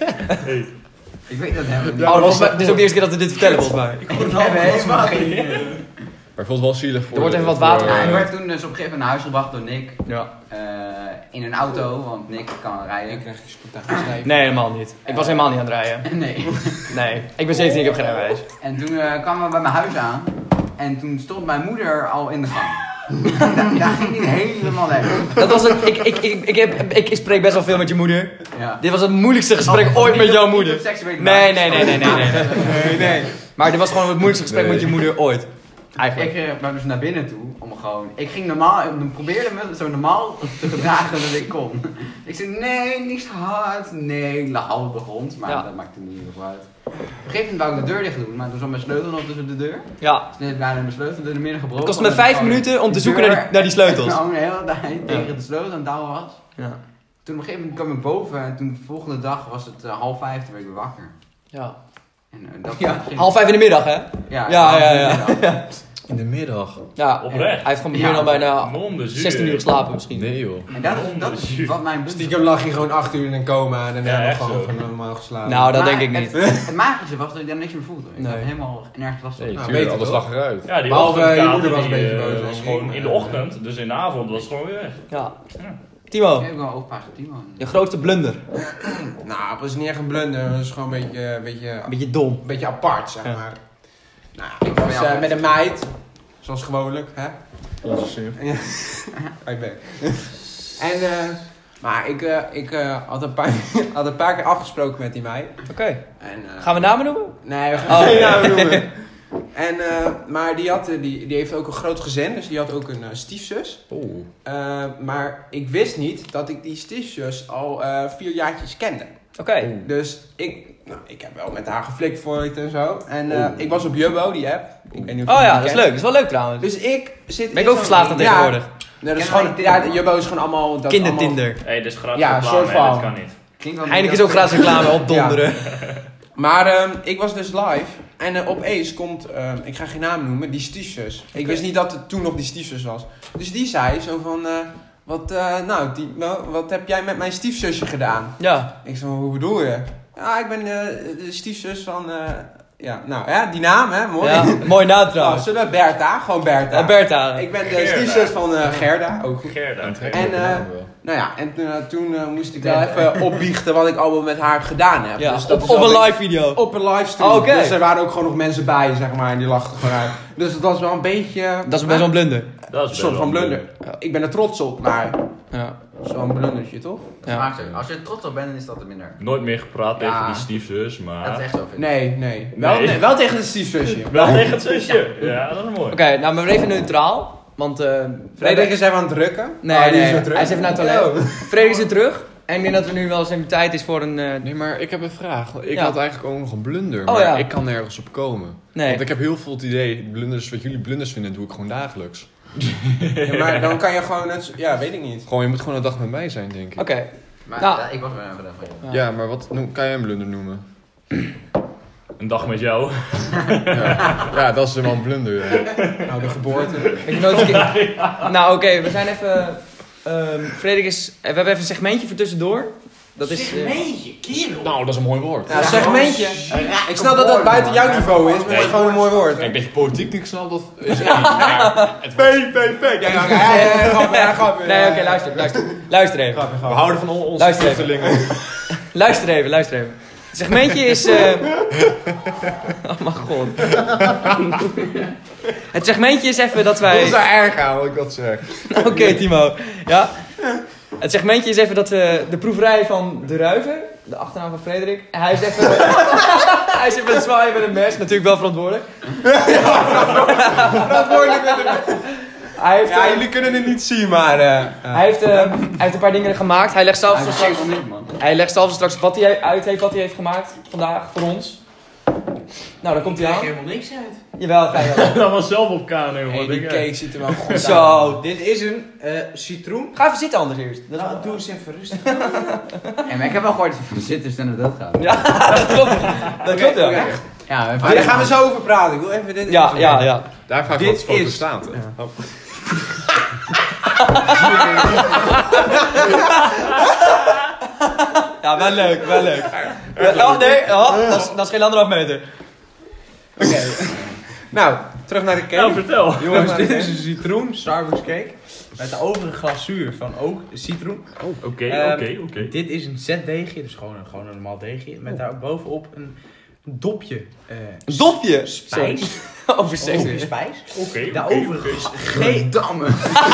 Speaker 5: ik weet dat helemaal niet.
Speaker 3: Oh, volgens mij- dit is ook de eerste keer dat we dit vertellen, volgens mij.
Speaker 1: Ik hoor
Speaker 5: Ik heb helemaal geen idee.
Speaker 4: Maar ik vond het wel zielig voor...
Speaker 3: Er wordt even wat
Speaker 4: voor,
Speaker 3: water
Speaker 5: Ja,
Speaker 4: eh,
Speaker 5: ik werd toen dus op een gegeven moment naar huis gebracht door Nick.
Speaker 3: Ja.
Speaker 5: eh, in een auto, want Nick kan rijden.
Speaker 2: Ik krijg je spontaan stijf.
Speaker 3: Nee, helemaal niet. Ik was helemaal niet aan het rijden.
Speaker 5: Nee.
Speaker 3: Nee, ik ben zeventien, ik heb geen rijbewijs.
Speaker 5: En toen eh, kwamen we bij mijn huis aan. En toen stond mijn moeder al in de gang. daar, daar ging niet helemaal lekker.
Speaker 3: Dat was het. Ik, ik, ik, ik, heb, ik, ik spreek best wel veel met je moeder.
Speaker 5: Ja.
Speaker 3: Dit was het moeilijkste gesprek
Speaker 5: Oh,
Speaker 3: ooit
Speaker 5: niet
Speaker 3: met
Speaker 5: op-
Speaker 3: jouw
Speaker 5: niet
Speaker 3: moeder.
Speaker 5: op seksuele
Speaker 3: Nee,
Speaker 5: basis.
Speaker 3: nee, nee, nee, nee, nee.
Speaker 2: Nee, nee.
Speaker 3: Maar dit was gewoon het moeilijkste gesprek
Speaker 4: Nee.
Speaker 3: met je moeder ooit.
Speaker 5: Ik
Speaker 3: Eigenlijk.
Speaker 5: eh, ben dus naar binnen toe om gewoon. Ik ging normaal, ik probeerde me zo normaal te gedragen dat ik kon. Ik zei nee, niet hard, nee, ik lag al op de grond, maar
Speaker 3: Ja.
Speaker 5: dat maakte niet heel veel uit. Op een gegeven moment wou ik de deur dicht doen, maar toen zat mijn sleutel nog tussen de deur.
Speaker 3: Ja.
Speaker 5: Dus net bijna mijn sleutel door de midden gebroken.
Speaker 3: Het kostte me
Speaker 5: omdat ik
Speaker 3: vijf
Speaker 5: gewoon
Speaker 3: minuten om te
Speaker 5: de
Speaker 3: zoeken naar
Speaker 5: deur
Speaker 3: die, naar die sleutels.
Speaker 5: Gewoon de hele tijd tegen de sleutel aan het douwen was.
Speaker 3: Ja.
Speaker 5: Toen op een gegeven moment kwam ik boven en toen de volgende dag was het uh, half vijf, toen werd ik weer wakker.
Speaker 3: Ja.
Speaker 5: En, uh, dat
Speaker 1: Ja.
Speaker 5: ging-
Speaker 3: Half vijf in de middag, hè?
Speaker 5: Ja,
Speaker 3: Ja, ja, ja.
Speaker 5: ja.
Speaker 4: In de middag.
Speaker 3: Ja.
Speaker 6: Oprecht.
Speaker 3: Hij heeft gewoon
Speaker 5: Ja.
Speaker 3: meer dan bijna
Speaker 6: Non de zuur.
Speaker 3: zestien uur geslapen misschien.
Speaker 4: Nee joh.
Speaker 5: En dat is, dat is wat mijn blunder
Speaker 2: Stiekem lag je gewoon acht uur in een coma en daarna
Speaker 6: Ja,
Speaker 2: nog
Speaker 6: echt
Speaker 2: gewoon
Speaker 6: zo.
Speaker 2: van normaal geslapen.
Speaker 3: Nou, dat
Speaker 5: Maar
Speaker 3: denk ik niet.
Speaker 5: Het, het magische was dat ik daar niks meer voelde. Ik
Speaker 3: Nee.
Speaker 5: had helemaal nergens last van.
Speaker 4: Nee,
Speaker 2: Nou,
Speaker 4: tuurlijk,
Speaker 2: beter
Speaker 4: alles
Speaker 2: toch?
Speaker 4: lag eruit.
Speaker 6: Ja, die
Speaker 2: Behalve, eh, je
Speaker 6: ochtendkater,
Speaker 2: moeder was een
Speaker 6: die,
Speaker 2: beetje
Speaker 6: eh,
Speaker 2: boos,
Speaker 6: was
Speaker 2: denk ik.
Speaker 6: gewoon in de ochtend, dus in de avond was het gewoon weer weg.
Speaker 3: Ja.
Speaker 6: Ja.
Speaker 3: Timo,
Speaker 5: Ik heb wel ook pas Timo.
Speaker 3: je grootste blunder.
Speaker 2: Nou, het was niet echt een blunder, het was gewoon een beetje, een beetje,
Speaker 3: Een beetje dom.
Speaker 2: een beetje apart, zeg
Speaker 3: Ja.
Speaker 2: maar. Nou, ik was
Speaker 5: Ja.
Speaker 2: eh, met een meid, zoals gewoonlijk, hè.
Speaker 4: Onze sim.
Speaker 2: Ik ben. En, eh, maar ik, eh, ik eh, had, een paar, had een paar keer afgesproken met die meid.
Speaker 3: Oké.
Speaker 2: En, eh,
Speaker 3: Gaan we namen noemen?
Speaker 2: Nee, we gaan
Speaker 3: Oh.
Speaker 2: geen namen noemen. En, eh, maar die, had, eh, die, die heeft ook een groot gezin, dus die had ook een eh, stiefzus.
Speaker 4: Oh.
Speaker 2: Eh, maar ik wist niet dat ik die stiefzus al eh, vier jaartjes kende.
Speaker 3: Oké.
Speaker 2: Dus ik, nou, ik heb wel met haar geflikt voor het en zo. En eh,
Speaker 4: Oh.
Speaker 2: ik was op Jubbo, die app. Ik weet niet of je
Speaker 3: Oh
Speaker 2: die
Speaker 3: ja, dat is
Speaker 2: kent.
Speaker 3: leuk. Dat is wel leuk trouwens.
Speaker 2: Dus ik zit
Speaker 3: Ben ik
Speaker 2: in
Speaker 3: ook
Speaker 2: zo'n-
Speaker 3: verslaafd aan
Speaker 2: Ja.
Speaker 3: tegenwoordig.
Speaker 2: Nee, dat is
Speaker 5: Ken
Speaker 2: gewoon,
Speaker 5: jij-
Speaker 2: ja, Jubbo is gewoon allemaal... dat allemaal-
Speaker 3: Kindertinder.
Speaker 6: Hé, hey, dit is gratis
Speaker 2: Ja,
Speaker 6: reclame,
Speaker 2: soort
Speaker 6: hè,
Speaker 2: van.
Speaker 6: dit kan niet.
Speaker 5: Klinkt wel
Speaker 3: Heineken is ook gratis reclame op donderen.
Speaker 2: Maar uh, ik was dus live en uh, opeens komt, uh, ik ga geen naam noemen, die stiefzus. Ik wist niet dat het toen nog die stiefzus was. Dus die zei zo van, uh, wat, uh, nou, die, nou, wat heb jij met mijn stiefzusje gedaan?
Speaker 3: Ja.
Speaker 2: Ik zo, hoe bedoel je? Ja, ik ben uh, de stiefzus van, uh, ja, nou ja, die naam hè, mooi.
Speaker 3: Ja, mooi naam
Speaker 2: Nou,
Speaker 3: trouwens.
Speaker 2: zullen we Bertha, gewoon Bertha.
Speaker 3: Uh, Bertha.
Speaker 2: Ik ben de
Speaker 6: Gerda.
Speaker 2: stiefzus van uh, Gerda, ook goed.
Speaker 6: Gerda.
Speaker 2: En, uh, nou ja, en uh, toen uh, moest ik wel even opbiechten wat ik allemaal met haar gedaan heb.
Speaker 3: Ja,
Speaker 2: Dus dat
Speaker 3: op,
Speaker 2: is
Speaker 3: op
Speaker 2: wel
Speaker 3: een
Speaker 2: een
Speaker 3: live video.
Speaker 2: Op een livestream.
Speaker 3: Oh, oké.
Speaker 2: Dus er waren ook gewoon nog mensen bij, zeg maar, en die lachten gewoon uit. Dus dat was wel een beetje...
Speaker 3: Dat is best wel een blunder.
Speaker 6: Dat is
Speaker 2: een soort van blunder.
Speaker 3: Ja.
Speaker 2: Ik ben er trots op, maar
Speaker 3: Ja.
Speaker 2: zo'n blundertje, toch?
Speaker 3: Ja.
Speaker 5: Maakt het. Als je er trots op bent, dan is dat er minder.
Speaker 6: Nooit meer gepraat
Speaker 5: Ja.
Speaker 6: tegen die stiefzus, maar...
Speaker 5: Dat is echt zo. vind ik.
Speaker 2: Nee, nee. Wel,
Speaker 6: Nee.
Speaker 2: nee, wel tegen de stiefzusje.
Speaker 6: Wel tegen het zusje. Ja, dat is mooi.
Speaker 3: Oké, nou maar even neutraal. Want uh,
Speaker 2: Frederik is even aan het drukken.
Speaker 3: Nee,
Speaker 2: Oh, die
Speaker 3: nee,
Speaker 2: is weer terug.
Speaker 3: hij is even naar het toilet. Frederik is weer terug. En ik denk dat er nu wel eens even tijd is voor een... uh,
Speaker 4: Nee, maar ik heb een vraag. Ik
Speaker 3: Ja.
Speaker 4: had eigenlijk ook nog een blunder,
Speaker 3: Oh,
Speaker 4: maar
Speaker 3: ja.
Speaker 4: ik kan nergens op komen.
Speaker 3: Nee.
Speaker 4: Want ik heb heel veel het idee, blunders, wat jullie blunders vinden, doe ik gewoon dagelijks.
Speaker 2: Ja, maar dan kan je gewoon het... Ja, weet ik niet.
Speaker 4: Gewoon, je moet gewoon een dag met mij zijn, denk ik.
Speaker 3: Oké.
Speaker 5: Maar
Speaker 3: Nou.
Speaker 5: ja, ik was wel even daarvan.
Speaker 4: Ja, maar wat noem- kan jij een blunder noemen?
Speaker 6: Een dag met jou.
Speaker 4: Ja, ja dat is wel een blunder. Ja.
Speaker 2: Nou, de geboorte.
Speaker 3: Ik nooit een keer... Nou oké, we zijn even... Um, Frederik is... We hebben even een segmentje voor tussendoor. Dat is... uh,
Speaker 4: Nou, dat is een mooi woord.
Speaker 2: Ja, segmentje. Ik snap dat dat buiten jouw niveau is, maar het is gewoon een mooi woord.
Speaker 4: Kijk, dat je politiek niks snapt, dat is echt niet. Ja, het
Speaker 2: P, P, P. Ja, ja, ja, ja, grapje, ja, grapje.
Speaker 3: Nee, oké, luister, luister. Luister even.
Speaker 2: Grapje,
Speaker 4: we
Speaker 2: grapje.
Speaker 4: houden van al onze
Speaker 3: Luister even.
Speaker 4: vluchtelingen.
Speaker 3: Luister even, luister even. Het segmentje is... Uh... Oh mijn god. Het segmentje is even dat wij...
Speaker 4: Dat is wel erg aan wat ik dat zeg.
Speaker 3: Oké, Timo. Ja? Het segmentje is even dat we de proeverij van De Ruiver, de achternaam van Frederik, hij is even... hij is even aan het zwaaien met een mes, natuurlijk wel verantwoordelijk.
Speaker 2: Verantwoordelijk met de...
Speaker 3: Hij heeft,
Speaker 2: Ja,
Speaker 3: eh,
Speaker 2: jullie kunnen het niet zien, maar... uh,
Speaker 3: hij, heeft, eh, hij heeft een paar dingen gemaakt. Hij legt zelf
Speaker 5: Hij
Speaker 3: zo
Speaker 5: is
Speaker 3: straks,
Speaker 5: helemaal niet, man.
Speaker 3: hij legt zelf zo straks wat hij uit heeft, wat hij heeft gemaakt vandaag voor ons. Nou, dan komt hij aan.
Speaker 1: helemaal niks uit.
Speaker 3: Jawel, ga je wel.
Speaker 6: Dat was zelf op K N,
Speaker 2: hey,
Speaker 6: wat
Speaker 2: die
Speaker 6: denk jij?
Speaker 2: cake ziet er wel goed uit.
Speaker 3: Zo.
Speaker 1: Dit is een uh, citroen.
Speaker 3: Ga even zitten anders eerst. Dat is
Speaker 1: Nou,
Speaker 3: wel-
Speaker 1: doe eens even rustig.
Speaker 5: Hey, maar ik heb wel gehoord dat je van zitten en dat gaat.
Speaker 3: Ja, dat klopt. Dat klopt, ja.
Speaker 2: Oké.
Speaker 5: Ja, we
Speaker 2: Maar daar gaan we zo over praten. Ik wil even dit...
Speaker 3: Ja, ja, ja.
Speaker 4: Daar vaak
Speaker 1: Dit
Speaker 4: wat foto's
Speaker 1: is-
Speaker 4: staan.
Speaker 2: Ja.
Speaker 4: Oh.
Speaker 3: Ja, wel leuk, wel leuk. Oh, nee, oh, dat, is, dat is geen anderhalf meter.
Speaker 2: Oké. Nou, terug naar de cake.
Speaker 6: Nou, vertel.
Speaker 1: Jongens, dit is een citroen Starbucks cake. Met de overige glazuur van ook citroen.
Speaker 6: Oké,
Speaker 1: Ehm,
Speaker 6: oké, oké.
Speaker 1: Dit is een zetdeegje, dus gewoon een, gewoon een normaal deegje. Met daar bovenop een dopje uh,
Speaker 3: Een dopje.
Speaker 1: spijs.
Speaker 3: Over seks.
Speaker 1: Dopje spijs.
Speaker 6: Oké, oké,
Speaker 1: Daarover
Speaker 6: oké.
Speaker 1: is geen...
Speaker 5: Damme.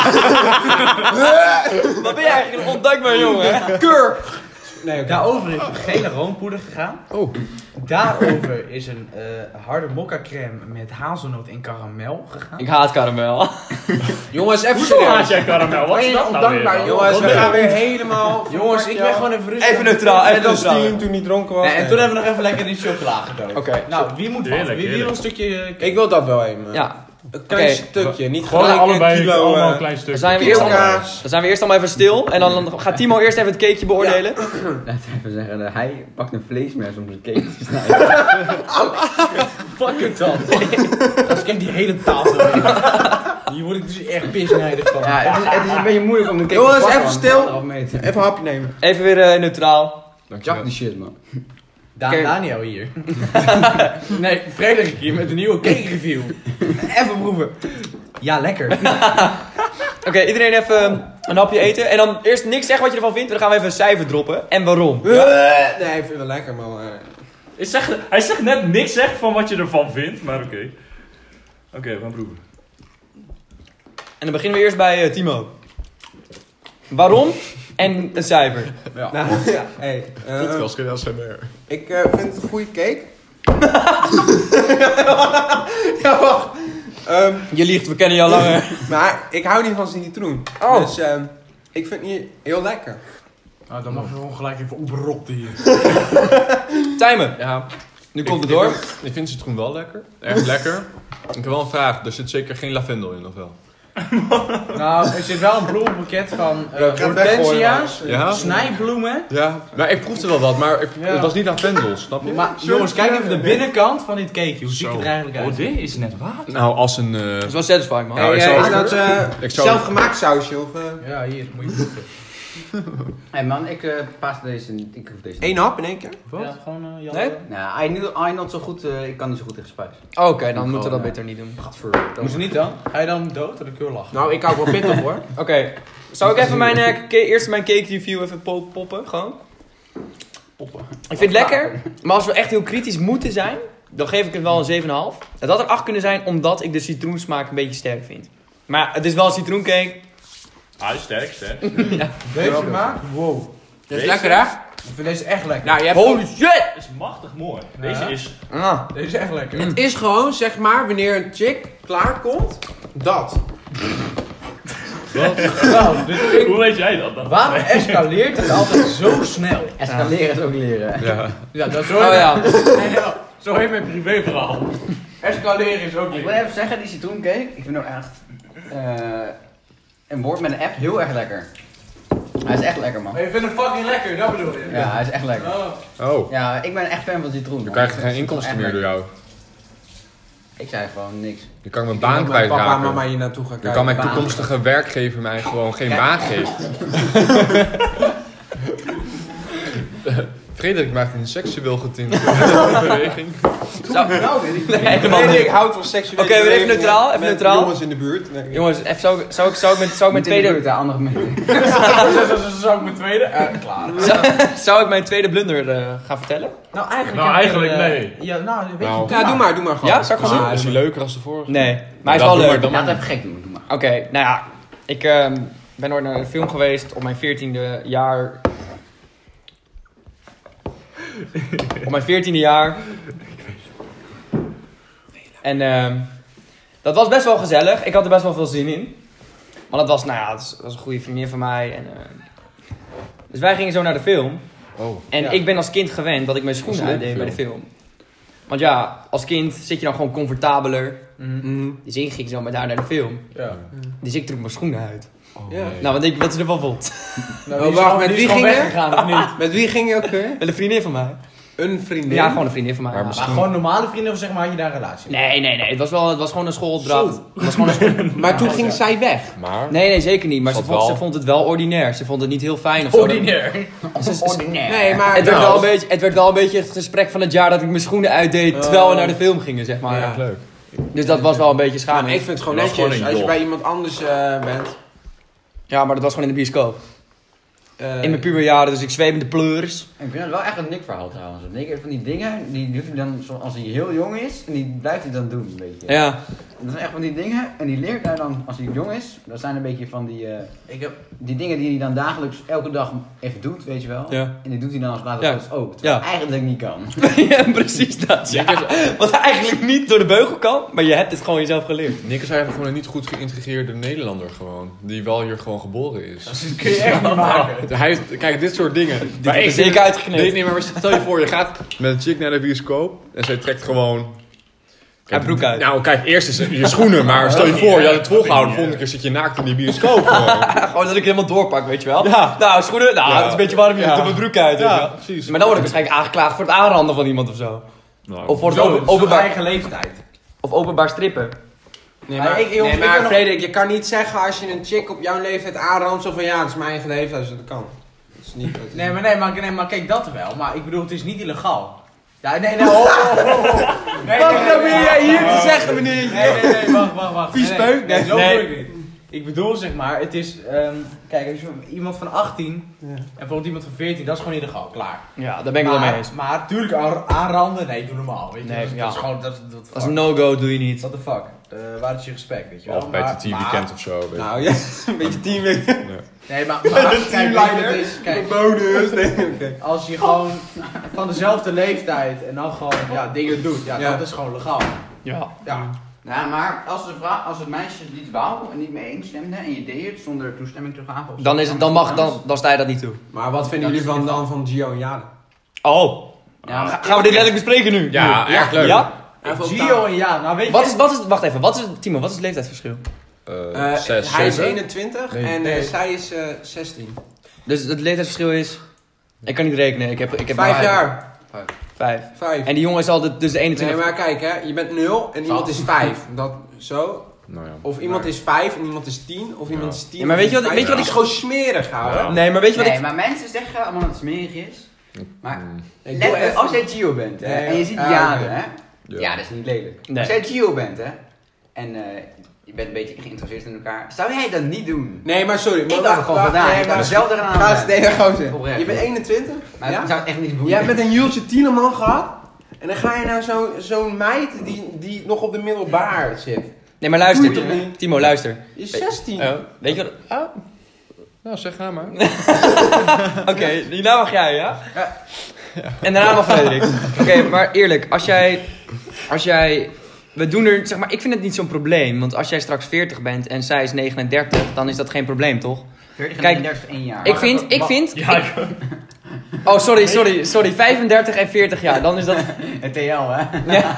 Speaker 3: Wat ben je eigenlijk een ondankbaar jongen, hè? Keur.
Speaker 2: Nee, oké.
Speaker 1: Daarover is een gele roompoeder gegaan.
Speaker 4: Oh.
Speaker 1: Daarover is een uh, harde mokka crème met hazelnoot en karamel gegaan.
Speaker 3: Ik haat karamel.
Speaker 2: Jongens, even
Speaker 6: Hoezo haat
Speaker 2: serieus.
Speaker 6: jij karamel? Wat is dat nou weer?
Speaker 5: ondankbaar,
Speaker 6: dan?
Speaker 2: Jongens,
Speaker 6: Wat
Speaker 2: we
Speaker 6: ben je-
Speaker 2: gaan weer helemaal...
Speaker 1: Jongens, ik ben gewoon even rustig.
Speaker 3: Even neutraal, even
Speaker 2: Net als
Speaker 3: neutraal.
Speaker 2: tien toen niet dronken was.
Speaker 1: Nee, en toen hebben we nog even lekker die chocola gedood.
Speaker 2: Oké.
Speaker 1: Nou, wie moet wat?
Speaker 6: Heerlijk,
Speaker 1: Wie wie wil
Speaker 6: heerlijk.
Speaker 1: een stukje... uh,
Speaker 2: Ik wil dat wel even.
Speaker 3: Ja,
Speaker 2: Een klein
Speaker 3: Oké.
Speaker 2: stukje, niet
Speaker 6: Gewoon
Speaker 2: gelijk
Speaker 6: allebei
Speaker 2: een kilo...
Speaker 6: allemaal
Speaker 2: eh,
Speaker 6: een klein stuk.
Speaker 3: dan zijn we eerst
Speaker 2: kilo
Speaker 3: allemaal,
Speaker 2: kaas.
Speaker 3: dan zijn we eerst allemaal even stil. En dan gaat Timo eerst even het cakeje beoordelen.
Speaker 5: Laten we even zeggen, eh, hij pakt een vleesmes om zijn cake te snijden.
Speaker 1: Fuck het dan. Als ik die hele tafel weet. Hier word ik dus echt pisnijdig van.
Speaker 5: Ja, het is, het is een beetje moeilijk om de cake
Speaker 2: Jongens,
Speaker 5: te pakken.
Speaker 2: even
Speaker 5: want
Speaker 2: stil.
Speaker 5: anderhalf meter.
Speaker 2: Even een hapje nemen.
Speaker 3: Even weer eh, neutraal.
Speaker 4: Dankjewel.
Speaker 5: Jack die shit, man.
Speaker 1: Daan
Speaker 3: Oké.
Speaker 1: Daniel hier. Nee, Frederik hier met een nieuwe cake review. Even proeven. Ja, lekker.
Speaker 3: Oké, iedereen even een hapje eten. En dan eerst niks zeggen wat je ervan vindt. Dan gaan we even een cijfer droppen. En waarom.
Speaker 2: Nee, ik vind het wel lekker, man.
Speaker 6: Ik zeg, hij zegt net niks zeg van wat je ervan vindt, maar oké. Oké, we gaan proeven.
Speaker 3: En dan beginnen we eerst bij eh, Timo. Waarom? En een cijfer.
Speaker 2: Nou, ja. Hey, eh,
Speaker 4: Podcast, geen L S M R.
Speaker 2: ik eh, vind het een goede cake. Ja, wacht. Ehm,
Speaker 3: Je liegt, we kennen je al langer.
Speaker 2: maar ik hou niet van citroen.
Speaker 3: Oh.
Speaker 2: Dus ehm, ik vind het niet heel lekker.
Speaker 1: Nou, dan mag je gewoon gelijk even oprotten hier.
Speaker 3: Timer.
Speaker 4: Ja.
Speaker 3: Nu komt het
Speaker 4: ik,
Speaker 3: door.
Speaker 4: Ik vind, ik vind citroen wel lekker. Erg lekker. Ik heb wel een vraag. Er zit zeker geen lavendel in, of wel?
Speaker 1: Nou, er zit wel een bloemenboeket van uh,
Speaker 2: Ja, ik ga het weggooien,
Speaker 1: hortensia's,
Speaker 4: maar- Ja?
Speaker 1: snijbloemen.
Speaker 4: Ja, maar ik proefde wel wat, maar ik,
Speaker 1: Ja.
Speaker 4: het was niet lavendel, snap je?
Speaker 1: Maar jongens, kijk even de binnenkant van dit cakeje. Hoe ziet
Speaker 4: Zo.
Speaker 1: het er eigenlijk
Speaker 6: Oh,
Speaker 1: uit?
Speaker 6: dit is net water.
Speaker 4: Nou, als een... eh,
Speaker 3: Dat is wel satisfying, man.
Speaker 4: Nou,
Speaker 2: Hey,
Speaker 4: ik
Speaker 2: eh,
Speaker 4: zou-
Speaker 2: is dat eh,
Speaker 4: ik zou-
Speaker 2: zelfgemaakt sausje? Of, eh,
Speaker 1: Ja, hier, moet je proeven.
Speaker 5: Hé man, ik uh, paas deze niet. Ik hoef deze niet.
Speaker 2: één hap in één keer?
Speaker 1: Ja, gewoon uh, Jan.
Speaker 3: Nee?
Speaker 5: Nou, I knew, I not zo goed, uh, ik kan niet zo goed tegen spijs.
Speaker 3: Oké, dan moeten we dat
Speaker 5: Gewoon,
Speaker 3: beter niet doen.
Speaker 5: Gadverdamme.
Speaker 1: Moet ze niet dan? Ga je dan dood? Dan kun je lachen.
Speaker 2: Nou, ik hou wel pittig hoor.
Speaker 3: Oké, zou ik even mijn, eh, cake- eerst mijn cake review even po- poppen, gewoon?
Speaker 1: Poppen.
Speaker 3: Ik vind het lekker, maar als we echt heel kritisch moeten zijn, dan geef ik het wel een zeven komma vijf. Het had er acht kunnen zijn, omdat ik de citroensmaak een beetje sterk vind. Maar het is wel een citroencake.
Speaker 6: Ah, sterk, sterk.
Speaker 1: Deze maak? Wow.
Speaker 2: Dat is lekker hè?
Speaker 1: Ik vind deze echt lekker.
Speaker 2: Nou, je hebt
Speaker 3: Holy shit!
Speaker 6: Het is machtig mooi. Deze
Speaker 1: Ja.
Speaker 6: is...
Speaker 3: Ah.
Speaker 1: Deze is echt lekker.
Speaker 2: Het is gewoon, zeg maar, wanneer een chick klaarkomt, dat.
Speaker 1: Nou, dit
Speaker 6: Hoe weet jij dat dan?
Speaker 1: Waarom escaleert het altijd zo snel?
Speaker 5: Escaleren is ook leren.
Speaker 4: ja.
Speaker 1: Ja, dat is
Speaker 3: Oh ja.
Speaker 1: Nee, ja, zo heet mijn privéverhaal. Escaleren is ook
Speaker 5: Ik
Speaker 1: niet.
Speaker 5: wil even zeggen, die citroencake, ik vind hem echt uh, een woord met een F heel erg lekker. Hij is echt lekker man.
Speaker 1: Maar je vindt hem fucking lekker, dat bedoel je?
Speaker 5: Ja, hij is echt lekker.
Speaker 1: Oh.
Speaker 4: Oh,
Speaker 5: Ja, ik ben echt fan van citroen.
Speaker 4: dan
Speaker 5: man.
Speaker 4: krijg je
Speaker 5: Ik
Speaker 4: geen
Speaker 5: vind
Speaker 4: inkomsten
Speaker 5: het
Speaker 4: meer door
Speaker 5: echt
Speaker 4: jou.
Speaker 5: lekker. Ik zei gewoon niks.
Speaker 4: Je kan mijn
Speaker 2: Ik denk
Speaker 4: baan
Speaker 2: dat mijn papa en mama
Speaker 4: kwijtraken.
Speaker 2: hier naartoe gaan
Speaker 4: Je
Speaker 2: kijken.
Speaker 4: kan mijn
Speaker 5: baan.
Speaker 4: toekomstige werkgever mij gewoon geen
Speaker 5: Kijk.
Speaker 4: baan geven. Frederik maakt een seksueel getinte beweging.
Speaker 3: Zou-
Speaker 1: Nou, weet ik niet.
Speaker 3: Nee, helemaal
Speaker 2: Nee, nee,
Speaker 3: niet.
Speaker 2: ik houd van seksuele
Speaker 3: Oké, weer even
Speaker 2: bewegingen
Speaker 3: neutraal, even
Speaker 2: met
Speaker 3: neutraal.
Speaker 2: jongens in de buurt. Nee,
Speaker 3: Jongens, even, zou, ik- zou, ik, zou ik mijn, zou ik mijn
Speaker 5: Niet in de buurt,
Speaker 3: tweede...
Speaker 5: hè, andere mensen.
Speaker 1: Dat zou ik mijn tweede. Eh, klaar.
Speaker 3: Zou, zou ik mijn tweede blunder eh, gaan vertellen?
Speaker 1: Nou, eigenlijk.
Speaker 6: Nou,
Speaker 1: heb ik
Speaker 6: eigenlijk
Speaker 1: er, eh,
Speaker 6: nee.
Speaker 1: Ja, nou, weet
Speaker 4: Nou.
Speaker 1: je.
Speaker 2: Ja, doe maar, doe maar gewoon.
Speaker 3: Ja, zou ik gewoon doen?
Speaker 4: Is hij leuker als de vorige?
Speaker 3: Nee, maar hij is
Speaker 4: Ja,
Speaker 3: wel
Speaker 4: doe
Speaker 3: leuk.
Speaker 4: maar, dan
Speaker 5: Laat
Speaker 4: maar.
Speaker 5: het even gek doen, doe maar.
Speaker 3: Oké, nou ja. Ik ehm, ben ooit naar een film geweest op mijn veertiende jaar. op mijn veertiende jaar. En ehm, dat was best wel gezellig. Ik had er best wel veel zin in. Want het was, nou ja, het was, het was een goede vriendin van mij. En, ehm, dus wij gingen zo naar de film.
Speaker 4: Oh.
Speaker 3: En
Speaker 1: Ja.
Speaker 3: ik ben als kind gewend dat ik mijn schoenen
Speaker 4: Dat is een
Speaker 3: uitdeed bij de
Speaker 4: leuke
Speaker 3: film. Want ja, als kind zit je dan gewoon comfortabeler.
Speaker 2: Mhm.
Speaker 3: Dus ik ging zo met haar naar de film.
Speaker 1: Ja.
Speaker 3: Dus ik trok mijn schoenen uit.
Speaker 4: Oh,
Speaker 2: Ja.
Speaker 4: nee.
Speaker 3: Nou, wat denk je wat ze ervan vond?
Speaker 1: Nou,
Speaker 2: Oh,
Speaker 1: die is
Speaker 2: wacht,
Speaker 1: gewoon-
Speaker 2: met
Speaker 1: die is
Speaker 2: wie
Speaker 1: gewoon
Speaker 2: ging je?
Speaker 1: weggegaan, of niet?
Speaker 2: Met wie ging je ook weer?
Speaker 3: Met een vriendin van mij.
Speaker 2: Een vriendin?
Speaker 3: Ja, gewoon een vriendin van mij.
Speaker 4: Maar
Speaker 3: Ja.
Speaker 1: Maar gewoon normale vrienden of zeg maar, had je daar een relatie mee?
Speaker 3: Nee, nee, nee. Het was, wel, het was gewoon een schoolopdracht. Het was gewoon een school...
Speaker 2: Maar toen ging zij weg.
Speaker 4: Maar?
Speaker 3: Nee, nee, zeker niet. Maar ze
Speaker 4: Zat
Speaker 3: vond,
Speaker 4: wel.
Speaker 3: ze vond het wel ordinair. Ze vond het niet heel fijn of zo.
Speaker 1: Ordinair.
Speaker 3: Ze- ze-
Speaker 5: Ordinair.
Speaker 2: Nee, maar...
Speaker 3: Het werd,
Speaker 2: Nou,
Speaker 3: wel een beetje, het werd wel een beetje het gesprek van het jaar dat ik mijn schoenen uitdeed terwijl we naar de film gingen, zeg maar.
Speaker 2: Ja.
Speaker 4: Leuk.
Speaker 3: Dus dat was wel een beetje
Speaker 2: Maar
Speaker 3: schadelijk.
Speaker 2: ik vind het gewoon
Speaker 6: Dat was
Speaker 2: netjes
Speaker 6: gewoon een
Speaker 2: als je
Speaker 6: job.
Speaker 2: bij iemand anders eh, bent.
Speaker 3: Ja, maar dat was gewoon in de bioscoop.
Speaker 2: Eh,
Speaker 3: In mijn puberjaren, dus ik zweef in de pleurs.
Speaker 5: Ik vind het wel echt een Nick verhaal trouwens. Nick heeft van die dingen, die doet hij dan zo- als hij heel jong is, en die blijft hij dan doen, een beetje.
Speaker 3: Ja.
Speaker 5: Dat zijn echt van die dingen, en die leert hij dan als hij jong is. Dat zijn een beetje van die, eh,
Speaker 1: Ik heb...
Speaker 5: die dingen die hij dan dagelijks elke dag even doet, weet je wel.
Speaker 3: Ja.
Speaker 5: En die doet hij dan als later
Speaker 3: Ja.
Speaker 5: als ook, terwijl
Speaker 3: Ja.
Speaker 5: hij eigenlijk niet kan.
Speaker 3: Ja, precies dat. Ja. Wat eigenlijk niet door de beugel kan, maar je hebt het gewoon jezelf geleerd.
Speaker 4: Nick is eigenlijk gewoon een niet goed geïntegreerde Nederlander gewoon. Die wel hier gewoon geboren is.
Speaker 1: Dat kun je echt niet maken.
Speaker 4: Hij heeft, kijk, dit soort dingen.
Speaker 3: Dit wordt er zeker
Speaker 4: Nee,
Speaker 3: uitgeknipt.
Speaker 4: nee, maar stel je voor, je gaat met een chick naar de bioscoop en zij trekt gewoon...
Speaker 3: Haar broek uit.
Speaker 4: Nou, kijk, eerst is het je schoenen, maar stel je voor, je had het volgehouden, volgende keer zit je naakt in die bioscoop gewoon.
Speaker 3: Gewoon dat ik helemaal doorpak, weet je wel.
Speaker 4: Ja.
Speaker 3: Nou, schoenen, nou,
Speaker 4: Ja.
Speaker 3: het is een beetje warm hier,
Speaker 4: Ja.
Speaker 3: ik doe mijn broek uit. weet je
Speaker 4: Ja,
Speaker 3: wel.
Speaker 4: precies.
Speaker 3: Maar dan word ik waarschijnlijk aangeklaagd voor het aanranden van iemand of zo.
Speaker 4: Nou,
Speaker 3: Of voor het
Speaker 1: Zo,
Speaker 3: open-
Speaker 1: het is
Speaker 3: openbaar,
Speaker 1: eigen leeftijd.
Speaker 3: of openbaar strippen.
Speaker 2: Nee,
Speaker 1: Maar
Speaker 2: maar,
Speaker 1: ik- jongens,
Speaker 2: nee,
Speaker 1: ik
Speaker 2: maar
Speaker 1: ben nog-
Speaker 2: Frederik, je kan niet zeggen als je een chick op jouw leeftijd aanrandt, zo van ja, het is mijn eigen leeftijd, dus dat kan. Dat is niet... Dat is
Speaker 1: Nee, maar, nee, maar, nee, maar kijk, dat wel. Maar ik bedoel, het is niet illegaal. Ja, nee, nee, ho, ho, ho, ho. Nee,
Speaker 2: Wat
Speaker 1: nee, nee,
Speaker 2: probeer
Speaker 1: nee,
Speaker 2: jij hier
Speaker 1: nee,
Speaker 2: te zeggen, meneer?
Speaker 1: Nee, nee, nee, wacht, wacht, wacht.
Speaker 3: Vies
Speaker 1: Nee,
Speaker 3: peuk?
Speaker 1: Nee, zo
Speaker 3: Nee.
Speaker 1: bedoel ik niet. Ik bedoel, zeg maar, het is... ehm, kijk, als je iemand van achttien
Speaker 2: Ja.
Speaker 1: en bijvoorbeeld iemand van veertien, dat is gewoon illegaal, klaar.
Speaker 3: Ja, daar ben ik wel mee
Speaker 1: maar,
Speaker 3: eens.
Speaker 1: maar tuurlijk aan- aanranden, nee, doe normaal, weet je.
Speaker 3: Nee,
Speaker 1: dat, is,
Speaker 3: ja.
Speaker 1: dat is gewoon, dat, is- dat,
Speaker 3: Als een no-go doe je niet.
Speaker 1: What the fuck? Uh, waar is je respect, weet je wel?
Speaker 4: Of bij
Speaker 1: Maar-
Speaker 4: het T
Speaker 1: maar-
Speaker 4: weekend of zo. Weet je.
Speaker 2: Nou ja, een beetje teamwork.
Speaker 1: Nee, maar, maar kijk, weet je wat het is? Kijk,
Speaker 2: Bonus. Nee, oké.
Speaker 1: als je gewoon van dezelfde leeftijd en dan gewoon ja, dingen doet, ja,
Speaker 2: Ja.
Speaker 1: dat is gewoon legaal.
Speaker 3: Ja.
Speaker 1: Ja.
Speaker 5: Nou, maar als, de vrouw, als het meisje het niet wou en niet mee instemde en je deed het zonder toestemming te gaven... of
Speaker 3: Dan,
Speaker 5: zo,
Speaker 3: is het, dan, mag, dan, dan sta je dat niet toe.
Speaker 2: Maar wat vinden jullie van, dan van Gio en Jade?
Speaker 3: Oh,
Speaker 5: Ja, maar-
Speaker 3: gaan we dit letterlijk bespreken nu?
Speaker 4: Ja,
Speaker 3: Nu?
Speaker 4: erg leuk.
Speaker 3: Ja?
Speaker 2: Even op
Speaker 1: Gio en ja, nou weet je...
Speaker 3: Wat is, wat is, wacht even, wat is het, Timo, wat is het leeftijdsverschil?
Speaker 4: uh,
Speaker 2: Uh,
Speaker 4: zes,
Speaker 2: hij is
Speaker 4: zeven?
Speaker 2: eenentwintig
Speaker 4: Nee,
Speaker 2: en uh,
Speaker 4: nee.
Speaker 2: zij is uh, zestien.
Speaker 3: Dus het leeftijdsverschil is... Ik kan niet rekenen, ik heb... Ik heb
Speaker 2: Vijf
Speaker 3: maar-
Speaker 2: jaar.
Speaker 3: Vijf.
Speaker 2: Vijf.
Speaker 3: En die jongen is al de, dus de
Speaker 2: Nee,
Speaker 3: eenentwintig...
Speaker 2: maar kijk hè, je bent nul en iemand is vijf. Dat zo.
Speaker 4: Nou ja.
Speaker 2: Of iemand is vijf en iemand is tien. Of iemand is tien.
Speaker 3: Ja, maar
Speaker 2: of
Speaker 3: weet je wat-
Speaker 2: vijf.
Speaker 3: weet je wat
Speaker 2: Het is gewoon smerig, houden.
Speaker 4: Ja.
Speaker 3: Nee, maar weet je wat
Speaker 5: Nee,
Speaker 3: ik...
Speaker 5: maar mensen zeggen allemaal dat het smerig is. Maar
Speaker 4: Mm.
Speaker 2: Ik
Speaker 5: let-
Speaker 2: doe even-
Speaker 5: als jij Gio bent hè,
Speaker 2: Ja,
Speaker 5: en je ziet
Speaker 2: ja,
Speaker 5: Jade,
Speaker 2: oké.
Speaker 5: hè?
Speaker 4: Ja.
Speaker 5: Ja, dat is niet lelijk.
Speaker 3: Nee.
Speaker 5: Als jij Gio bent hè, en eh, je bent een beetje geïnteresseerd in elkaar, zou jij dat niet doen?
Speaker 2: Nee, maar sorry.
Speaker 5: Ik had het gewoon gedaan. Ik had er zelf eraan
Speaker 2: Ga eens
Speaker 5: aan.
Speaker 2: tegen gozer.
Speaker 5: Oprecht.
Speaker 2: Je bent eenentwintig?
Speaker 5: Maar
Speaker 2: ja?
Speaker 5: ik zou het echt niet doen.
Speaker 2: Jij hebt met een Jultje Tieneman gehad. En dan ga je naar zo- zo'n meid die, die nog op de middelbaar zit.
Speaker 3: Nee, maar luister.
Speaker 2: Doe je toch niet?
Speaker 3: Timo, luister.
Speaker 2: Je is zestien.
Speaker 3: Oh, weet je wat... Oh,
Speaker 4: Nou, zeg ga maar.
Speaker 3: oké. Hierna mag jij, ja? En daarna mag Frederik. Oké, maar eerlijk. Als jij... Als jij... We doen er... Zeg maar, ik vind het niet zo'n probleem. Want als jij straks veertig bent en zij is negenendertig... Dan is dat geen probleem, toch?
Speaker 5: veertig en
Speaker 3: Kijk,
Speaker 5: eenendertig is één jaar.
Speaker 3: Ik vind... Ik vind...
Speaker 6: Ja, ik,
Speaker 3: Oh, sorry, sorry, sorry. vijfendertig en veertig jaar. Dan is dat...
Speaker 5: Het T L hè?